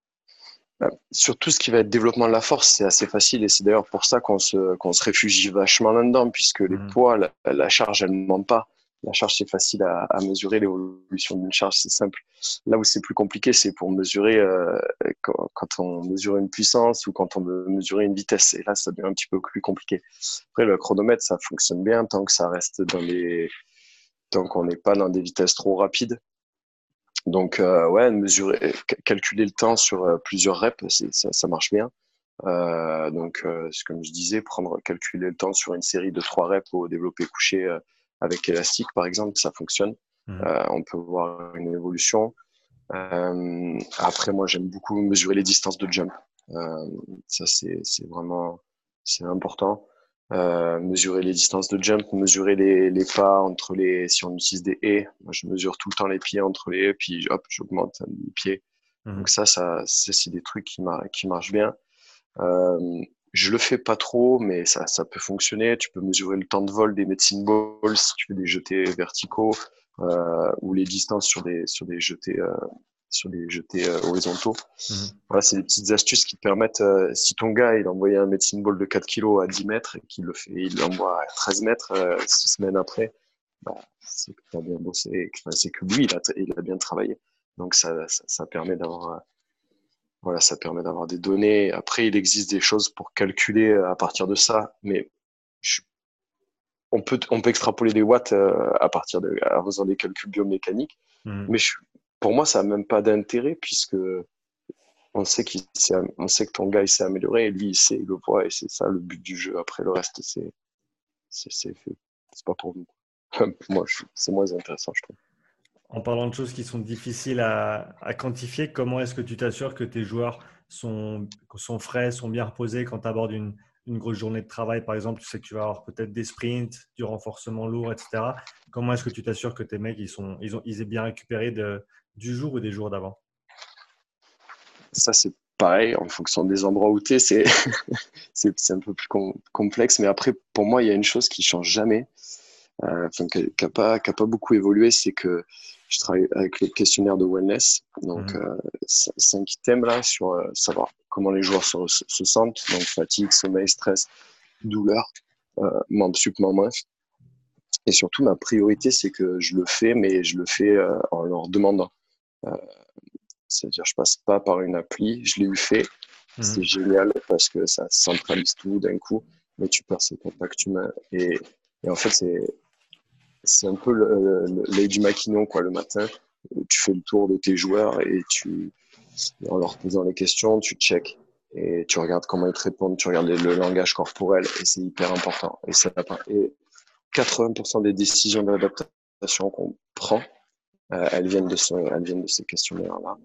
Speaker 1: Sur tout ce qui va être développement de la force, c'est assez facile et c'est d'ailleurs pour ça qu'on se, qu'on se réfugie vachement là-dedans, puisque les
Speaker 2: Mhm.
Speaker 1: poids, la, la charge, elle ne ment pas. La charge, c'est facile à, à mesurer, l'évolution d'une charge, c'est simple. Là où c'est plus compliqué, c'est pour mesurer euh, quand, quand on mesure une puissance ou quand on veut mesurer une vitesse. Et là, ça devient un petit peu plus compliqué. Après, le chronomètre, ça fonctionne bien tant que ça reste dans les, tant qu'on n'est pas dans des vitesses trop rapides. Donc, euh, ouais, mesurer, calculer le temps sur euh, plusieurs reps, c'est, ça, ça marche bien. Euh, donc, euh, comme je disais, prendre, calculer le temps sur une série de trois reps au développé couché euh, avec élastique, par exemple, ça fonctionne.
Speaker 2: Mhm.
Speaker 1: Euh, on peut voir une évolution. Euh, après, moi, j'aime beaucoup mesurer les distances de jump. Euh, ça, c'est, c'est vraiment, c'est important. Euh, mesurer les distances de jump, mesurer les, les pas entre les, si on utilise des haies. Moi, je mesure tout le temps les pieds entre les haies, puis hop, j'augmente les pieds. Donc
Speaker 2: Mhm.
Speaker 1: ça, ça, c'est des trucs qui, mar qui marchent bien. Euh, je le fais pas trop, mais ça, ça peut fonctionner. Tu peux mesurer le temps de vol des medicine balls si tu fais des jetés verticaux euh, ou les distances sur des sur des jetés euh, sur des jetés euh, horizontaux.
Speaker 2: Mhm.
Speaker 1: Voilà, c'est des petites astuces qui te permettent. Euh, si ton gars il envoyait un medicine ball de quatre kilos à dix mètres et qu'il le fait, il l'envoie à treize mètres euh, six semaines après, bah, c'est que t'as bien bossé. Enfin, c'est que lui il a il a bien travaillé. Donc ça ça, ça permet d'avoir voilà, ça permet d'avoir des données. Après, il existe des choses pour calculer euh, à partir de ça, mais je- on peut, on peut extrapoler des watts euh, à partir de, en faisant des calculs biomécaniques.
Speaker 2: Mhm.
Speaker 1: Mais je, pour moi, ça n'a même pas d'intérêt puisque on sait qu'il s'est, on sait que ton gars il s'est amélioré et lui il sait, il le voit et c'est ça le but du jeu. Après, le reste, c'est, c'est, c'est fait. C'est pas pour nous. Pour moi, je- c'est moins intéressant, je trouve.
Speaker 2: En parlant de choses qui sont difficiles à, à quantifier, comment est-ce que tu t'assures que tes joueurs sont, sont frais, sont bien reposés quand tu abordes une, une grosse journée de travail? Par exemple, tu sais que tu vas avoir peut-être des sprints, du renforcement lourd, et cetera. Comment est-ce que tu t'assures que tes mecs ils sont, ils ont, ils aient bien récupéré de, du jour ou des jours d'avant?
Speaker 1: Ça, c'est pareil, en fonction des endroits où tu es, c'est, c'est, c'est un peu plus com complexe. Mais après, pour moi, il y a une chose qui change jamais euh, enfin, qui n'a pas, qui a pas beaucoup évolué, c'est que je travaille avec le questionnaire de wellness, donc
Speaker 2: Mhm.
Speaker 1: euh, cinq items là sur euh, savoir comment les joueurs se, se sentent, donc fatigue, sommeil, stress, douleur, euh, membre sup, membre inf. Et surtout, ma priorité, c'est que je le fais, mais je le fais euh, en leur demandant. Euh, C'est-à-dire, je passe pas par une appli, je l'ai eu fait, c'est
Speaker 2: Mhm.
Speaker 1: génial parce que ça centralise tout d'un coup, mais tu perds ce contact humain. Et, et en fait, c'est c'est un peu l'œil du maquignon, quoi, le matin. Tu fais le tour de tes joueurs et tu, en leur posant les questions, tu check et tu regardes comment ils te répondent, tu regardes le langage corporel et c'est hyper important. Et, ça, et quatre-vingts pour cent des décisions d'adaptation qu'on prend, euh, elles viennent de ce, elles viennent de ces questionnaires-là,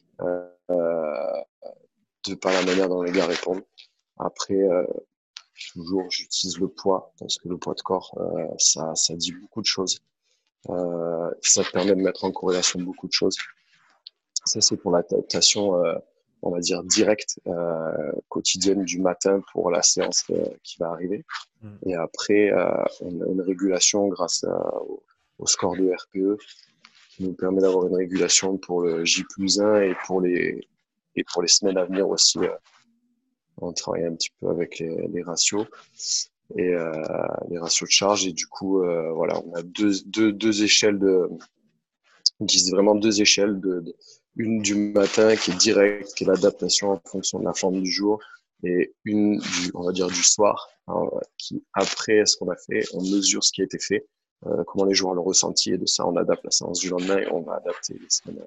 Speaker 1: euh, de par la manière dont les gars répondent. Après, euh, toujours, j'utilise le poids parce que le poids de corps, euh, ça, ça dit beaucoup de choses. Euh, ça te permet de mettre en corrélation beaucoup de choses. Ça, c'est pour l'adaptation, euh, on va dire, directe, euh, quotidienne du matin pour la séance euh, qui va arriver.
Speaker 2: Mhm.
Speaker 1: Et après, euh, on a une régulation grâce à, au, au score de R P E qui nous permet d'avoir une régulation pour le J plus un et pour les, et pour les semaines à venir aussi. Euh, on travaille un petit peu avec les, les ratios et euh, les ratios de charge. Et du coup, euh, voilà, on a deux, deux, deux échelles de, on utilise vraiment deux échelles de, de une du matin qui est directe, qui est l'adaptation en fonction de la forme du jour, et une du, on va dire du soir, hein, qui après ce qu'on a fait, on mesure ce qui a été fait, euh, comment les joueurs l'ont ressenti, et de ça on adapte la séance du lendemain et on va adapter les semaines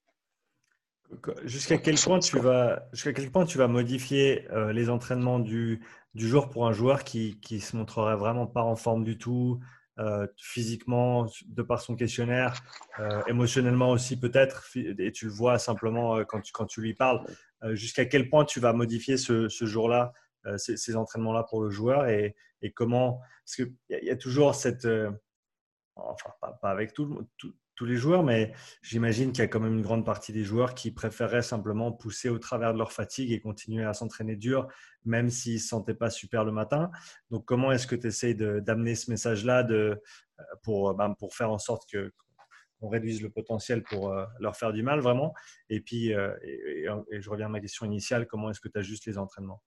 Speaker 2: Jusqu'à
Speaker 1: en
Speaker 2: quel
Speaker 1: fonction
Speaker 2: point
Speaker 1: des
Speaker 2: tu
Speaker 1: scores.
Speaker 2: vas, jusqu'à quel point tu vas modifier euh, les entraînements du, du jour pour un joueur qui, qui se montrerait vraiment pas en forme du tout, euh, physiquement, de par son questionnaire, euh, émotionnellement aussi peut-être, et tu le vois simplement euh, quand tu, quand tu lui parles. Euh, jusqu'à quel point tu vas modifier ce, ce jour-là, euh, ces, ces entraînements-là pour le joueur et, et comment, parce qu'il y, a- il y a toujours cette, euh, enfin pas, pas avec tout, le- tout- tous les joueurs, mais j'imagine qu'il y a quand même une grande partie des joueurs qui préféreraient simplement pousser au travers de leur fatigue et continuer à s'entraîner dur, même s'ils ne se sentaient pas super le matin. Donc, comment est-ce que tu essayes de- d'amener ce message-là de, euh, pour, euh, ben, pour faire en sorte que qu'on réduise le potentiel pour euh, leur faire du mal vraiment. Et puis, euh, et, et- et je reviens à ma question initiale, comment est-ce que tu ajustes les entraînements?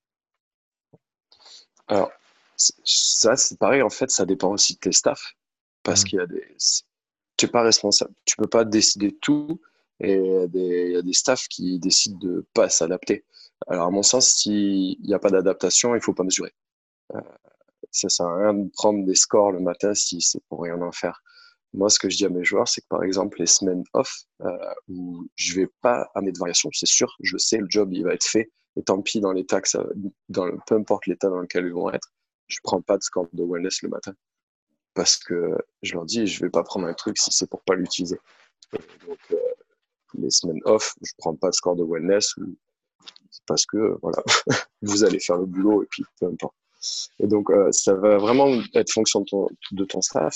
Speaker 1: Alors, c'est- ça, c'est pareil, en fait, ça dépend aussi de tes staffs, parce
Speaker 2: Mm.
Speaker 1: qu'il y a des, tu n'es pas responsable, tu peux pas décider de tout, et il y a des, il y a des staffs qui décident de pas s'adapter. Alors, à mon sens, s'il n'y a pas d'adaptation, il faut pas mesurer. Euh, Ça sert à rien de prendre des scores le matin si c'est pour rien en faire. Moi, ce que je dis à mes joueurs, c'est que par exemple, les semaines off, euh, où je vais pas amener de variation, c'est sûr, je sais, le job, il va être fait. Et tant pis, dans l'état que ça, dans le, peu importe l'état dans lequel ils vont être, je prends pas de score de wellness le matin. Parce que je leur dis, je vais pas prendre un truc si c'est pour pas l'utiliser. Donc, euh, les semaines off, je prends pas de score de wellness parce que, voilà, vous allez faire le boulot et puis peu importe. Et donc, euh, ça va vraiment être fonction de ton, de ton staff.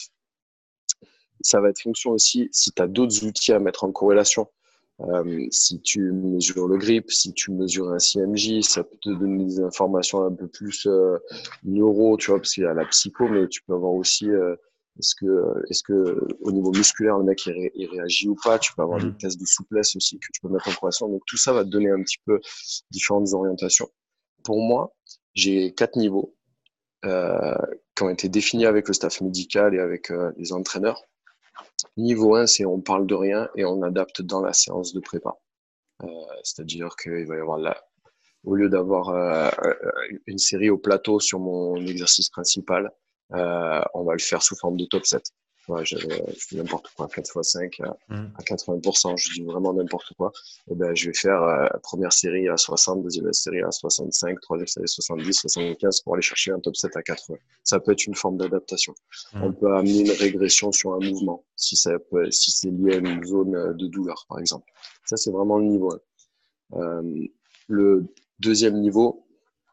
Speaker 1: Ça va être fonction aussi si tu as d'autres outils à mettre en corrélation. Euh, si tu mesures le grip, si tu mesures un C M J, ça peut te donner des informations un peu plus euh, neuro, tu vois, parce qu'il y a la psycho, mais tu peux avoir aussi euh, est-ce que, est-ce que au niveau musculaire, le mec il, ré, il réagit ou pas. Tu peux avoir des
Speaker 2: Mm.
Speaker 1: tests de souplesse aussi que tu peux mettre en corrélation. Donc tout ça va te donner un petit peu différentes orientations. Pour moi, j'ai quatre niveaux euh, qui ont été définis avec le staff médical et avec euh, les entraîneurs. Niveau un, c'est on parle de rien et on adapte dans la séance de prépa. Euh, c'est-à-dire qu'il va y avoir là, au lieu d'avoir euh, une série au plateau sur mon exercice principal, euh, on va le faire sous forme de top sept. Ouais, je, je fais n'importe quoi, quatre fois cinq à,
Speaker 2: Mm.
Speaker 1: à quatre-vingts pour cent, je dis vraiment n'importe quoi. Et ben, je vais faire euh, première série à soixante, deuxième série à soixante-cinq, troisième série à soixante-dix, soixante-quinze pour aller chercher un top sept à quatre-vingts. Ça peut être une forme d'adaptation. On
Speaker 2: Mm.
Speaker 1: peut amener une régression sur un mouvement, si, ça peut, si c'est lié à une zone de douleur, par exemple. Ça, c'est vraiment le niveau un. Euh, le deuxième niveau,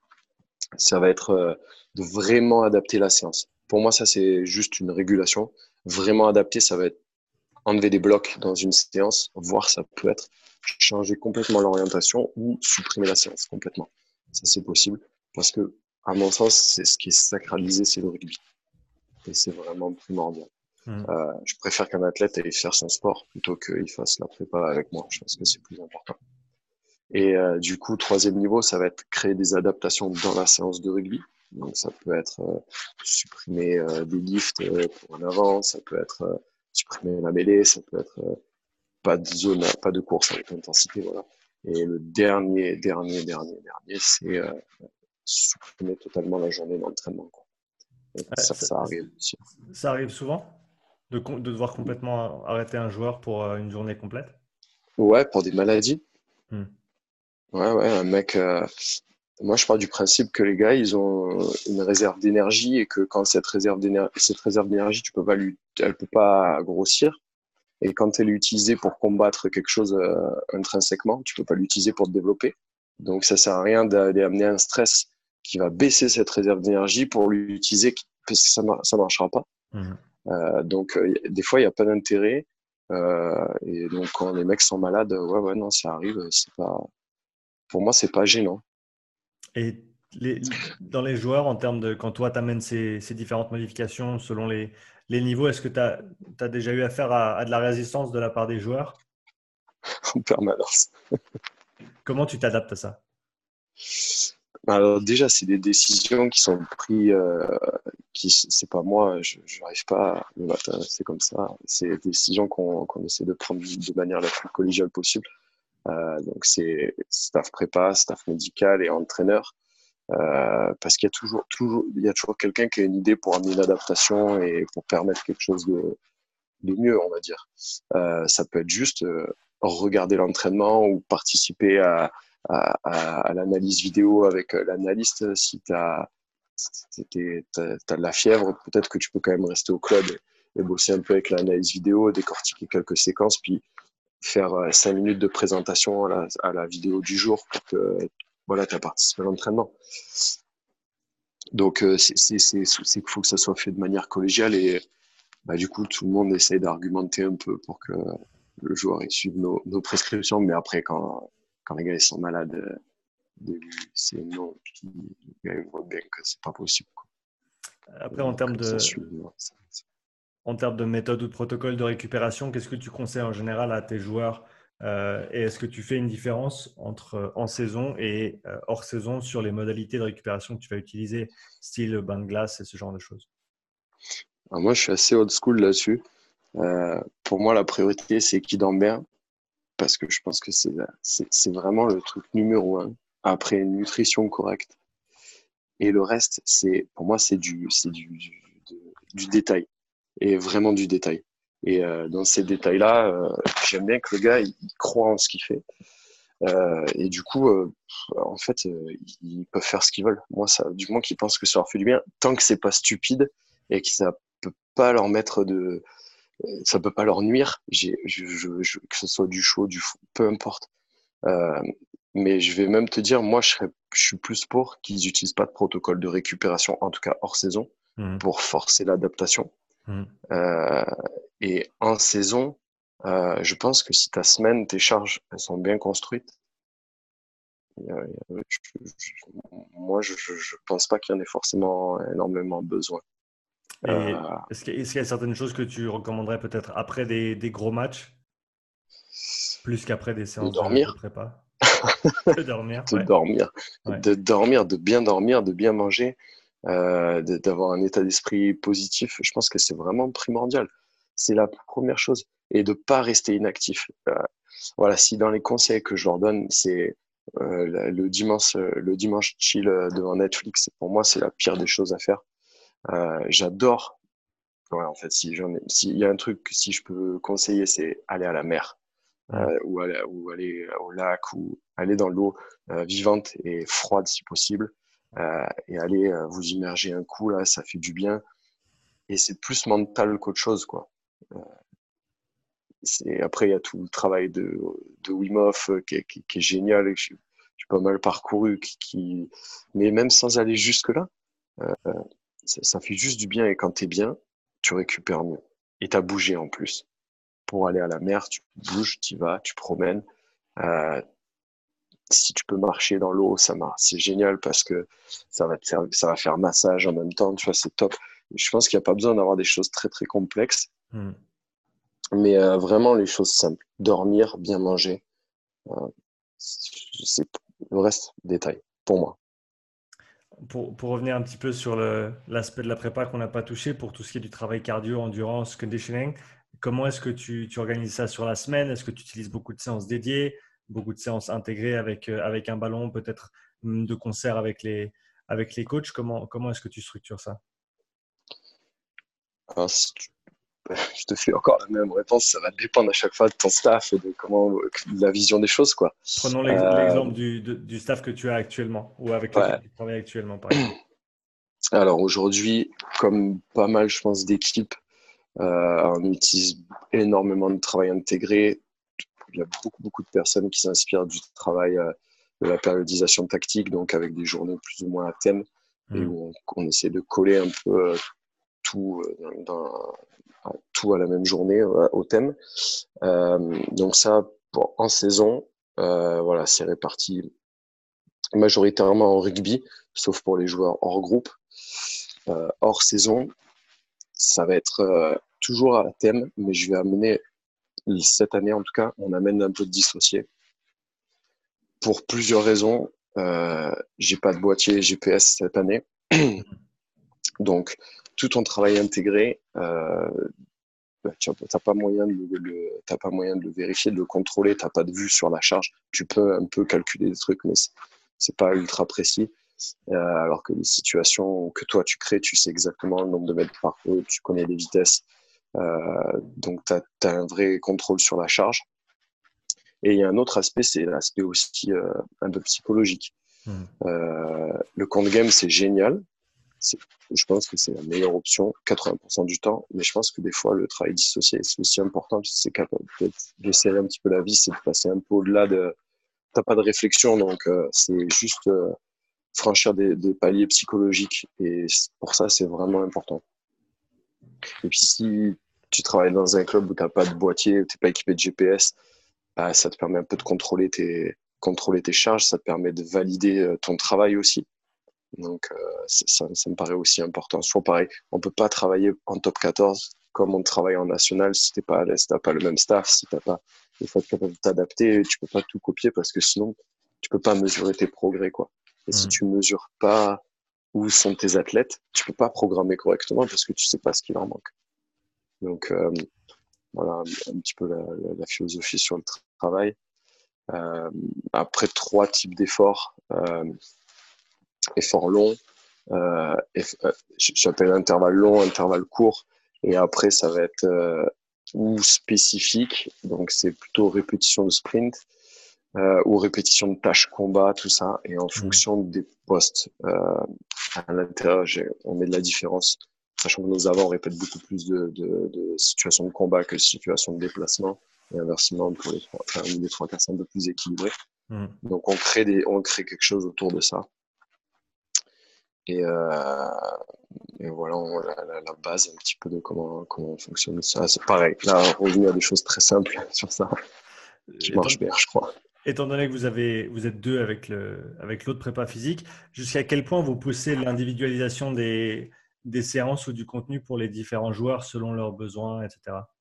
Speaker 1: ça va être euh, de vraiment adapter la séance. Pour moi, ça, c'est juste une régulation. Vraiment adapter, ça va être enlever des blocs dans une séance, voire ça peut être changer complètement l'orientation ou supprimer la séance complètement. Ça, c'est possible parce que, à mon sens, c'est ce qui est sacralisé, c'est le rugby. Et c'est vraiment primordial.
Speaker 2: Mm.
Speaker 1: Euh, je préfère qu'un athlète aille faire son sport plutôt qu'il fasse la prépa avec moi. Je pense que c'est plus important. Et euh, du coup, troisième niveau, ça va être créer des adaptations dans la séance de rugby. Donc ça peut être euh, supprimer euh, des lifts euh, pour un avant, ça peut être euh, supprimer la mêlée, ça peut être euh, pas de zone, pas de course avec intensité, voilà. Et le dernier, dernier, dernier, dernier, c'est euh, supprimer totalement la journée d'entraînement, quoi. Et
Speaker 2: Ouais,
Speaker 1: ça,
Speaker 2: ça,
Speaker 1: ça arrive aussi.
Speaker 2: ça arrive souvent de, de devoir complètement arrêter un joueur pour euh, une journée complète?
Speaker 1: Ouais, pour des maladies.
Speaker 2: Mm.
Speaker 1: Ouais, ouais, un mec. Euh, moi, je pars du principe que les gars, ils ont une réserve d'énergie et que quand cette réserve d'énergie, cette réserve d'énergie, tu peux pas lui, elle peut pas grossir. Et quand elle est utilisée pour combattre quelque chose euh, intrinsèquement, tu peux pas l'utiliser pour te développer. Donc, ça sert à rien d'aller amener un stress qui va baisser cette réserve d'énergie pour l'utiliser parce que ça, ça marchera pas.
Speaker 2: Mm.
Speaker 1: Euh, donc, euh, des fois, il y a pas d'intérêt. Euh, et donc, quand les mecs sont malades, ouais, ouais, non, ça arrive. C'est pas, pour moi, c'est pas gênant.
Speaker 2: Et les, dans les joueurs, en termes de quand toi, tu amènes ces, ces différentes modifications selon les, les niveaux, est-ce que tu as, déjà eu affaire à, à de la résistance de la part des joueurs?
Speaker 1: en permanence.
Speaker 2: Comment tu t'adaptes à ça?
Speaker 1: Alors déjà, c'est des décisions qui sont prises, euh, qui c'est pas moi, je n'arrive pas le matin, c'est comme ça. C'est des décisions qu'on qu'on essaie de prendre de manière la plus collégiale possible. Euh, donc c'est staff prépa, staff médical et entraîneur. Euh, parce qu'il y a toujours, toujours, il y a toujours quelqu'un qui a une idée pour amener l'adaptation et pour permettre quelque chose de, de mieux, on va dire. Euh, ça peut être juste euh, regarder l'entraînement ou participer à, à, à, à l'analyse vidéo avec euh, l'analyste. Si tu as, t'as de la fièvre, peut-être que tu peux quand même rester au club et, et bosser un peu avec l'analyse vidéo, décortiquer quelques séquences, puis faire euh, cinq minutes de présentation à la, à la vidéo du jour pour que voilà, tu as participé à l'entraînement. Donc, euh, c'est qu'il faut que ça soit fait de manière collégiale et bah, du coup, tout le monde essaie d'argumenter un peu pour que le joueur il suive nos, nos prescriptions. Mais après, quand, quand les gars ils sont malades, c'est non. Puis, les gars ils voient bien que c'est pas possible. Quoi.
Speaker 2: Après, en
Speaker 1: Donc,
Speaker 2: termes
Speaker 1: ça
Speaker 2: de,
Speaker 1: suit, ça, ça.
Speaker 2: en termes de méthode ou de protocole de récupération, qu'est-ce que tu conseilles en général à tes joueurs euh, et est-ce que tu fais une différence entre euh, en saison et euh, hors saison sur les modalités de récupération que tu vas utiliser, style bain de glace et ce genre de choses?
Speaker 1: Alors moi, je suis assez old school là-dessus. Euh, pour moi, la priorité, c'est qui dort bien, parce que je pense que c'est c'est vraiment le truc numéro un. Après une nutrition correcte. Et le reste, c'est pour moi, c'est du, c'est du, du, de- du détail. Et vraiment du détail. Et euh, dans ces détails-là, euh, j'aime bien que le gars, il, il croit en ce qu'il fait. Euh, et du coup, euh, en fait, euh, ils peuvent faire ce qu'ils veulent. Moi, ça, du moins qu'ils pensent que ça leur fait du bien, tant que c'est pas stupide et que ça peut pas leur mettre de, ça peut pas leur nuire. J'ai, je, je, je- que ce soit du chaud, du froid, peu importe. Euh, mais je vais même te dire, moi, je serais, je suis plus pour qu'ils n'utilisent pas de protocole de récupération, en tout cas hors saison,
Speaker 2: Mmh.
Speaker 1: pour forcer l'adaptation.
Speaker 2: Mmh.
Speaker 1: Euh, et en saison, euh, je pense que si ta semaine, tes charges, elles sont bien construites, euh, je, je, moi, je, je pense pas qu'il y en ait forcément énormément besoin.
Speaker 2: Et
Speaker 1: Euh,
Speaker 2: est-ce qu'il y, est-ce qu'il y a certaines choses que tu recommanderais peut-être après des, des gros matchs, plus qu'après des
Speaker 1: de
Speaker 2: séances de, de
Speaker 1: dormir,
Speaker 2: prépa? De dormir,
Speaker 1: de
Speaker 2: ouais.
Speaker 1: dormir,
Speaker 2: Ouais.
Speaker 1: de dormir, de bien dormir, de bien manger, euh, de- d'avoir un état d'esprit positif. Je pense que c'est vraiment primordial. C'est la première chose. Et de pas rester inactif. Euh, voilà, si dans les conseils que je leur donne, c'est euh, la- le dimanche, euh, le dimanche chill euh, devant Netflix, pour moi, c'est la pire des choses à faire. Euh, j'adore. Ouais, en fait, si j'en ai, s'il y a un truc que si je peux conseiller, c'est aller à la mer
Speaker 2: Mmh.
Speaker 1: euh, ou, aller, ou aller au lac ou aller dans l'eau euh, vivante et froide si possible euh, et aller euh, vous immerger un coup là, ça fait du bien et c'est plus mental qu'autre chose quoi. Euh, c'est après il y a tout le travail de de Wim Hof euh, qui est, qui, qui est génial et que j'ai j'ai pas mal parcouru qui, qui mais même sans aller jusque là, euh, ça, ça fait juste du bien et quand t'es bien, tu récupères mieux et t'as bougé en plus. Pour aller à la mer, tu bouges, tu y vas, tu promènes. Euh, si tu peux marcher dans l'eau, ça marche. C'est génial parce que ça va te faire, ça va faire massage en même temps. Tu vois, c'est top. Je pense qu'il n'y a pas besoin d'avoir des choses très très complexes,
Speaker 2: Mmh.
Speaker 1: mais euh, vraiment les choses simples. Dormir, bien manger, euh, c'est le reste détail pour moi.
Speaker 2: Pour, pour revenir un petit peu sur le- l'aspect de la prépa qu'on n'a pas touché, pour tout ce qui est du travail cardio, endurance, conditioning, comment est-ce que tu, tu organises ça sur la semaine? Est-ce que tu utilises beaucoup de séances dédiées, beaucoup de séances intégrées avec, euh, avec un ballon, peut-être hum, de concert avec les, avec les coachs? Comment, comment est-ce que tu structures ça?
Speaker 1: Alors, si tu- je te fais encore la même réponse, ça va dépendre à chaque fois de ton staff et de comment de la vision des choses, quoi.
Speaker 2: Prenons l'ex-
Speaker 1: Euh,
Speaker 2: l'exemple du, de- du staff que tu as actuellement ou avec lequel
Speaker 1: ouais.
Speaker 2: tu travailles actuellement, par exemple.
Speaker 1: Alors aujourd'hui, comme pas mal, je pense, d'équipes, euh, on utilise énormément de travail intégré. Il y a beaucoup, beaucoup de personnes qui s'inspirent du travail euh, de la périodisation tactique, donc avec des journées plus ou moins à thème, et
Speaker 2: Hum.
Speaker 1: où on, on essaie de coller un peu euh, tout, euh, dans, tout à la même journée euh, au thème. Euh, donc ça, bon, en saison, euh, voilà, c'est réparti majoritairement en rugby, sauf pour les joueurs hors groupe. Euh, hors saison, ça va être euh, toujours à thème, mais je vais amener, cette année en tout cas, on amène un peu de dissocié. Pour plusieurs raisons, euh, j'ai pas de boîtier G P S cette année. Donc, tout ton travail intégré, euh, bah, tu n'as pas moyen de le, le- t'as pas moyen de le vérifier, de le contrôler, tu n'as pas de vue sur la charge. Tu peux un peu calculer des trucs, mais c'est c'est pas ultra précis. Euh, alors que les situations que toi tu crées, tu sais exactement le nombre de mètres parcourus, tu connais les vitesses. Euh, donc, tu as un vrai contrôle sur la charge. Et il y a un autre aspect, c'est l'aspect aussi euh, un peu psychologique.
Speaker 2: Mmh.
Speaker 1: Euh, le compte game, c'est génial. C'est- Je pense que c'est la meilleure option quatre-vingts pour cent du temps, mais je pense que des fois, le travail dissocié, c'est aussi important. C'est capable de, de serrer un petit peu la vis, c'est de passer un peu au-delà de. T'as pas de réflexion, donc euh, c'est juste euh, franchir des, des paliers psychologiques. Et pour ça, c'est vraiment important. Et puis, si tu travailles dans un club où t'as pas de boîtier, où t'es pas équipé de G P S, bah, ça te permet un peu de contrôler tes, contrôler tes charges, ça te permet de valider euh, ton travail aussi. Donc, euh, ça, ça me paraît aussi important. Soit pareil, on peut pas travailler en top quatorze comme on travaille en national si t'es pas à l'aise, t'as pas le même staff, si t'as pas, il faut être capable de t'adapter, tu peux pas tout copier parce que sinon, tu peux pas mesurer tes progrès, quoi. Et si
Speaker 2: Mmh.
Speaker 1: tu mesures pas où sont tes athlètes, tu peux pas programmer correctement parce que tu sais pas ce qui leur manque. Donc, euh, voilà un, un petit peu la, la, la philosophie sur le tra- travail. Euh, après trois types d'efforts, euh, effort long, euh, eff- euh, j'appelle intervalle long, intervalle court, et après ça va être euh, ou spécifique, donc c'est plutôt répétition de sprint euh, ou répétition de tâches combat, tout ça, et en
Speaker 2: Mmh.
Speaker 1: fonction des postes euh, à l'intérieur, j'ai- on met de la différence, sachant que nos avants répètent beaucoup plus de, de, de situations de combat que de situations de déplacement, et inversement pour les trois, enfin, les trois quarts, c'est un peu plus équilibré.
Speaker 2: Mmh.
Speaker 1: Donc on crée des, on crée quelque chose autour de ça. Et, euh, et voilà, on, la, la, la base un petit peu de comment, comment fonctionne ça. C'est pareil. Là, revenu à des choses très simples sur ça, qui
Speaker 2: Étant,
Speaker 1: marchent bien, je crois.
Speaker 2: étant donné que vous avez, vous êtes deux avec le, avec l'autre prépa physique, jusqu'à quel point vous poussez l'individualisation des, des séances ou du contenu pour les différents joueurs selon leurs besoins, et cetera.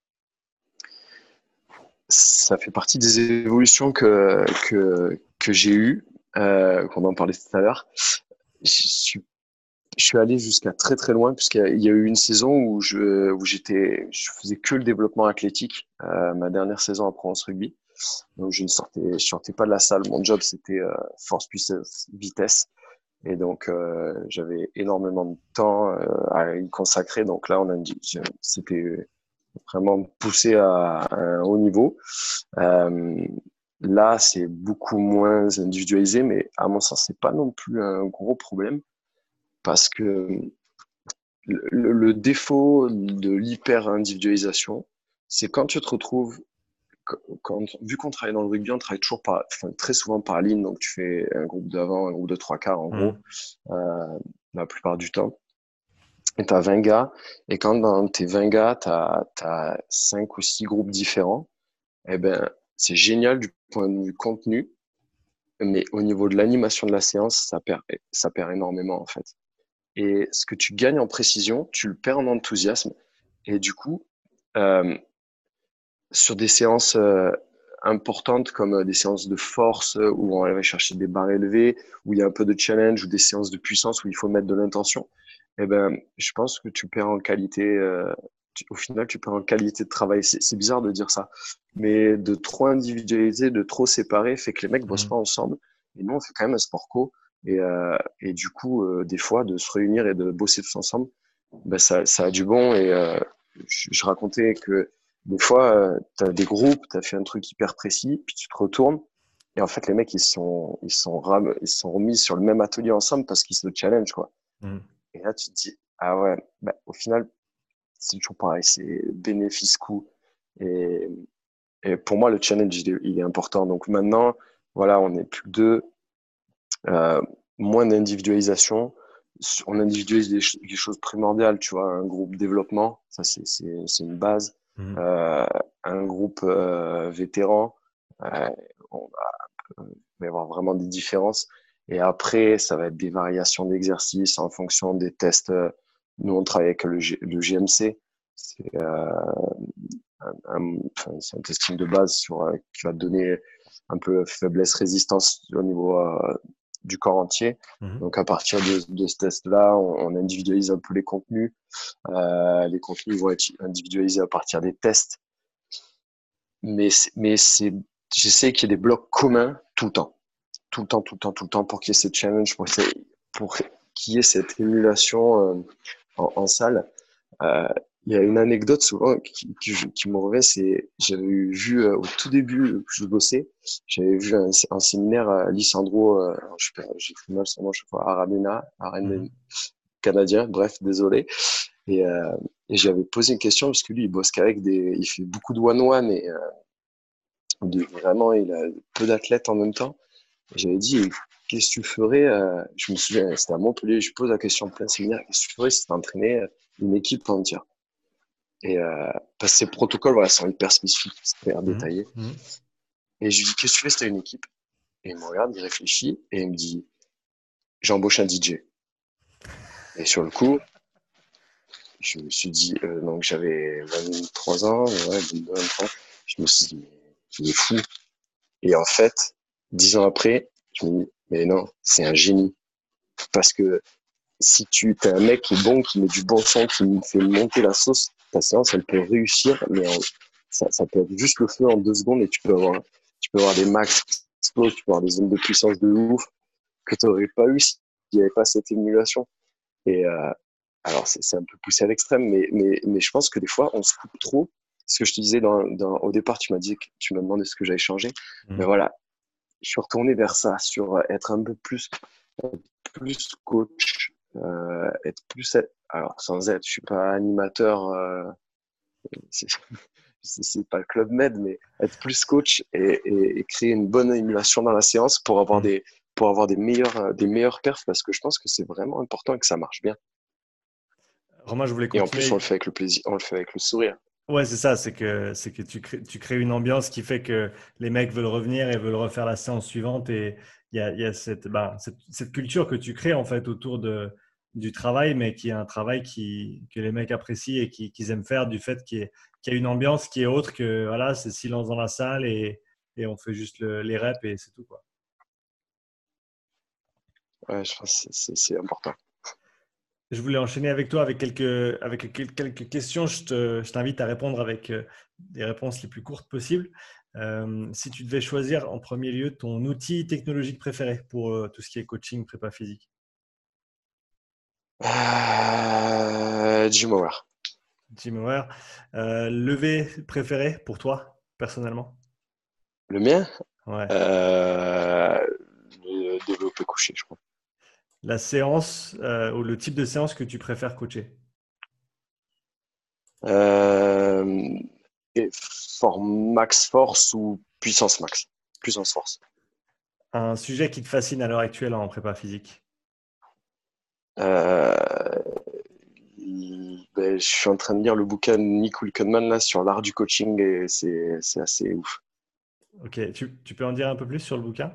Speaker 1: Ça fait partie des évolutions que, que, que j'ai eues, euh, qu'on en parlait tout à l'heure. Je suis, je suis allé jusqu'à très très loin, puisqu'il y a eu une saison où je, où j'étais, je faisais que le développement athlétique, euh, ma dernière saison à Provence Rugby. Donc je ne sortais, je sortais pas de la salle. Mon job c'était euh, force, puissance, vitesse. Et donc, euh, j'avais énormément de temps euh, à y consacrer. Donc là, on a dit, je- c'était vraiment poussé à, à un haut niveau. Euh, Là, c'est beaucoup moins individualisé, mais à mon sens, c'est pas non plus un gros problème parce que le, le défaut de l'hyper-individualisation, c'est quand tu te retrouves, quand, vu qu'on travaille dans le rugby, on travaille toujours par, enfin, très souvent par ligne, donc tu fais un groupe d'avant, un groupe de trois quarts en
Speaker 2: Mmh.
Speaker 1: gros, euh, la plupart du temps. Et t'as vingt gars, et quand dans tes vingt gars, t'as, t'as cinq ou six groupes différents, eh ben, c'est génial du point de vue contenu, mais au niveau de l'animation de la séance, ça perd, ça perd énormément, en fait. Et ce que tu gagnes en précision, tu le perds en enthousiasme. Et du coup, euh, sur des séances euh, importantes comme euh, des séances de force euh, où on va chercher des barres élevées, où il y a un peu de challenge, ou des séances de puissance où il faut mettre de l'intention, eh ben, je pense que tu perds en qualité. Euh, tu- au final, tu perds en qualité de travail. C'est c'est bizarre de dire ça, mais de trop individualiser, de trop séparer, fait que les mecs bossent
Speaker 2: Mmh.
Speaker 1: pas ensemble. Et nous, on fait quand même un sport co. Et, euh, et du coup, euh, des fois, de se réunir et de bosser tous ensemble, ben ça, ça a du bon. Et euh, je, je racontais que des fois, euh, tu as des groupes, tu as fait un truc hyper précis, puis tu te retournes, et en fait, les mecs, ils sont, ils sont, ram- ils sont remis sur le même atelier ensemble parce qu'ils se challenge, quoi.
Speaker 2: Mmh.
Speaker 1: Et là, tu te dis, ah ouais, bah, au final, c'est toujours pareil, c'est bénéfice-coût. Et, et pour moi, le challenge, il est, il est important. Donc maintenant, voilà, on est plus que deux, euh, moins d'individualisation. On individualise des, ch- des choses primordiales, tu vois, un groupe développement, ça c'est c'est c'est une base.
Speaker 2: Mmh.
Speaker 1: Euh, un groupe euh, vétéran, euh, on va, il va y avoir vraiment des différences. Et après, ça va être des variations d'exercices en fonction des tests. euh, Nous, on travaille avec le, G- le G M C. C'est euh, un, un- enfin, c'est un testing de base sur, euh, qui va te donner un peu faiblesse-résistance au niveau euh, du corps entier.
Speaker 2: Mhm.
Speaker 1: Donc, à partir de, de ce test-là, on, on individualise un peu les contenus. Euh, les contenus vont être individualisés à partir des tests. Mais, c'est- mais c'est, j'essaie qu'il y ait des blocs communs tout le temps. Tout le temps, tout le temps, tout le temps pour qu'il y ait ces challenges, pour, qu'il y ait- pour qu'il y ait cette émulation euh, en, en salle. Euh, il y a une anecdote souvent qui, qui, qui me revient, c'est j'avais vu euh, au tout début que je bossais, j'avais vu un, un séminaire à Lissandro, euh, alors, je sais pas, j'ai fait mal son nom, je sais pas, Aranena, Aranena
Speaker 2: Mhm.
Speaker 1: canadien, bref, désolé. Et, euh, et j'avais posé une question parce que lui, il bosse qu'avec des, il fait beaucoup de one-one et euh, de, vraiment, il a peu d'athlètes en même temps. Et j'avais dit, qu'est-ce que tu ferais, euh, je me souviens, c'était à Montpellier, je pose la question en plein séminaire, qu'est-ce que tu ferais si tu entraînais une équipe entière? Et euh, parce que ces protocoles, voilà, sont hyper spécifiques, hyper
Speaker 2: Mhm.
Speaker 1: détaillés.
Speaker 2: Mhm.
Speaker 1: Et je lui dis, qu'est-ce que tu fais si t'as une équipe? Et il me regarde, il réfléchit, et il me dit, j'embauche un D J. Et sur le coup, je me suis dit, euh, donc j'avais vingt-trois ans, ouais, vingt-deux, vingt-trois. Je me suis dit, mais il est fou. Et en fait, dix ans après, je me dis, mais non, c'est un génie. Parce que si tu es un mec qui est bon, qui met du bon son, qui me fait monter la sauce, ta séance, elle peut réussir, mais en- ça, ça peut être juste le feu en deux secondes et tu peux avoir, tu peux avoir des max explos, tu peux avoir des zones de puissance de ouf que tu n'aurais pas eu s'il n'y avait pas cette émulation. Et euh, alors, c'est c'est un peu poussé à l'extrême, mais, mais, mais je pense que des fois, on se coupe trop. Ce que je te disais dans, dans, au départ, tu m'as dit que tu m'as demandé ce que j'avais changé. Mais
Speaker 2: Mhm.
Speaker 1: voilà, je suis retourné vers ça, sur être un peu plus, plus coach, euh, être plus, alors sans être, je suis pas animateur, euh, c'est c'est pas le club med, mais être plus coach et, et, et créer une bonne émulation dans la séance pour avoir
Speaker 2: Mhm.
Speaker 1: des, pour avoir des meilleurs, des meilleurs perfs parce que je pense que c'est vraiment important et que ça marche bien.
Speaker 2: Romain, je voulais
Speaker 1: Et en plus, on le
Speaker 2: continuer.
Speaker 1: fait avec le plaisir, on le fait avec le sourire.
Speaker 2: Ouais, c'est ça, c'est que, c'est que tu crées, tu crées une ambiance qui fait que les mecs veulent revenir et veulent refaire la séance suivante. Et il y a, il y a cette, ben, cette, cette culture que tu crées en fait autour de, du travail, mais qui est un travail qui, que les mecs apprécient et qui, qu'ils aiment faire du fait qu'il y, ait- qu'il y a une ambiance qui est autre que voilà, c'est silence dans la salle et, et on fait juste le- les reps et c'est tout, quoi.
Speaker 1: Ouais, je pense que c'est c'est important.
Speaker 2: Je voulais enchaîner avec toi avec quelques, avec quel- quelques questions. Je te- je t'invite à répondre avec euh, des réponses les plus courtes possibles. Euh, si tu devais choisir en premier lieu ton outil technologique préféré pour euh, tout ce qui est coaching, prépa physique,
Speaker 1: Euh, Jim Howard.
Speaker 2: GymAware, euh, lever préféré pour toi, personnellement?
Speaker 1: Le mien,
Speaker 2: Ouais.
Speaker 1: euh, le développé couché, je crois.
Speaker 2: La séance euh, ou le type de séance que tu préfères coacher?
Speaker 1: Euh, et for max force ou puissance max? Puissance force.
Speaker 2: Un sujet qui te fascine à l'heure actuelle en prépa physique?
Speaker 1: Euh, il- ben, je suis en train de lire le bouquin de Nick Wilkenman là sur l'art du coaching et c'est c'est assez ouf.
Speaker 2: Ok, tu, tu peux en dire un peu plus sur le bouquin?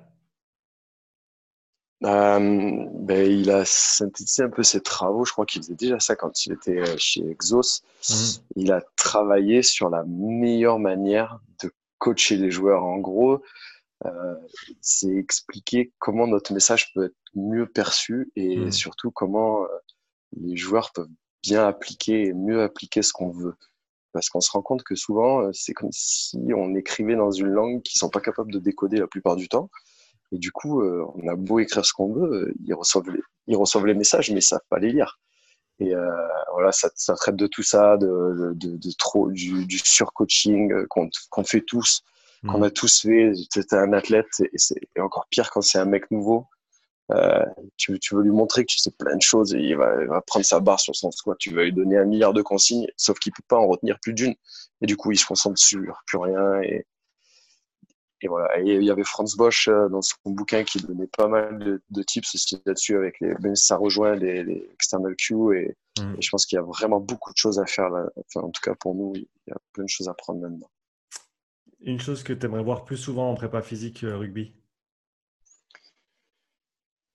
Speaker 1: Euh, ben, il a synthétisé un peu ses travaux. Je crois qu'il faisait déjà ça quand il était euh, chez Exos.
Speaker 2: Mhm.
Speaker 1: Il a travaillé sur la meilleure manière de coacher les joueurs. En gros, euh, c'est expliquer comment notre message peut être mieux perçu et
Speaker 2: Mhm.
Speaker 1: surtout comment euh, les joueurs peuvent bien appliquer et mieux appliquer ce qu'on veut. Parce qu'on se rend compte que souvent, euh, c'est comme si on écrivait dans une langue qu'ils sont pas capables de décoder la plupart du temps. Et du coup, euh, on a beau écrire ce qu'on veut, euh, ils reçoivent les, ils reçoivent les messages, mais ils savent pas les lire. Et euh, voilà, ça, ça traite de tout ça, de, de, de trop, du, du surcoaching euh, qu'on qu'on fait tous, qu'on a
Speaker 2: Mhm.
Speaker 1: tous fait. T'es un athlète et c'est et encore pire quand c'est un mec nouveau. Euh, tu, tu veux lui montrer que tu sais plein de choses et il va, il va prendre sa barre sur son squat. Tu vas lui donner un milliard de consignes, sauf qu'il peut pas en retenir plus d'une. Et du coup, il se concentre sur plus rien. Et, et voilà. Et il y avait Franz Bosch euh, dans son bouquin qui donnait pas mal de, de tips aussi là-dessus avec les, même si ça rejoint les, les external cues et, et
Speaker 2: Mhm.
Speaker 1: je pense qu'il y a vraiment beaucoup de choses à faire là. Enfin, en tout cas pour nous, il y a plein de choses à prendre maintenant.
Speaker 2: Une chose que tu aimerais voir plus souvent en prépa physique euh, rugby?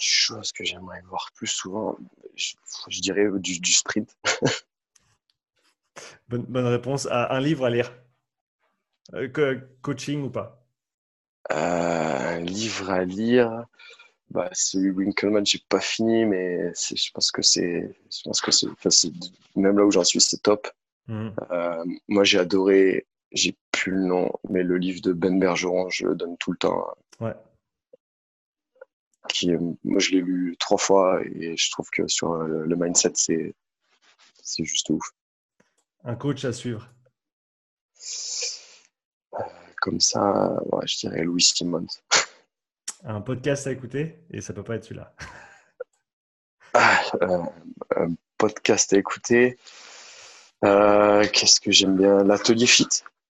Speaker 1: chose que j'aimerais voir plus souvent, je, je dirais du, du sprint.
Speaker 2: Bonne, bonne réponse. À un livre à lire. Euh, co- coaching ou pas?
Speaker 1: Euh, un livre à lire, bah, celui Winkleman, j'ai pas fini, mais c'est- je pense que c'est, je pense que c'est, enfin, c'est- même là où j'en suis, c'est top.
Speaker 2: Mhm.
Speaker 1: Euh, moi, j'ai adoré, j'ai plus le nom, mais le livre de Ben Bergeron, je le donne tout le temps.
Speaker 2: Ouais.
Speaker 1: Qui, est- moi, je l'ai lu trois fois et je trouve que sur le, le mindset, c'est, c'est juste ouf.
Speaker 2: Un coach à suivre.
Speaker 1: Comme ça, ouais, je dirais Louis Simmons.
Speaker 2: Un podcast à écouter et ça peut pas être celui-là.
Speaker 1: Ah, euh, un podcast à écouter. Euh, qu'est-ce que j'aime bien? L'Atelier Fit,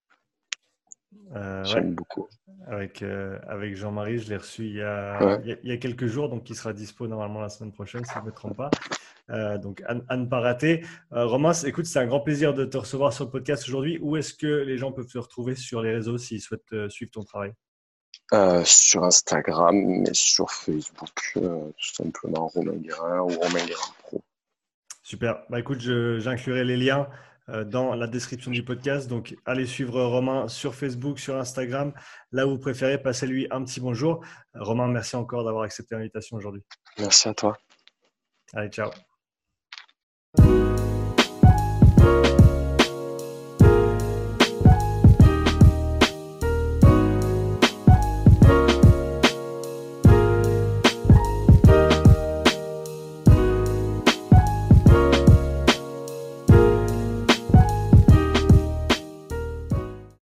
Speaker 2: Euh, ouais.
Speaker 1: j'aime beaucoup.
Speaker 2: Avec, euh, avec Jean-Marie, je l'ai reçu il y, a,
Speaker 1: Ouais.
Speaker 2: il, y a, il y a quelques jours, donc il sera dispo normalement la semaine prochaine, si je ne me trompe pas. Euh, donc, à, à ne pas rater. Euh, Romain, écoute, c'est un grand plaisir de te recevoir sur le podcast aujourd'hui. Où est-ce que les gens peuvent te retrouver sur les réseaux s'ils souhaitent euh, suivre ton travail?
Speaker 1: Euh, sur Instagram, mais sur Facebook, euh, tout simplement Romain Guérin ou Romain Guérin Pro.
Speaker 2: Super. Bah, écoute, je- j'inclurai les liens euh, dans la description du podcast. Donc, allez suivre Romain sur Facebook, sur Instagram. Là où vous préférez, passez-lui un petit bonjour. Euh, Romain, merci encore d'avoir accepté l'invitation aujourd'hui.
Speaker 1: Merci à toi.
Speaker 2: Allez, ciao.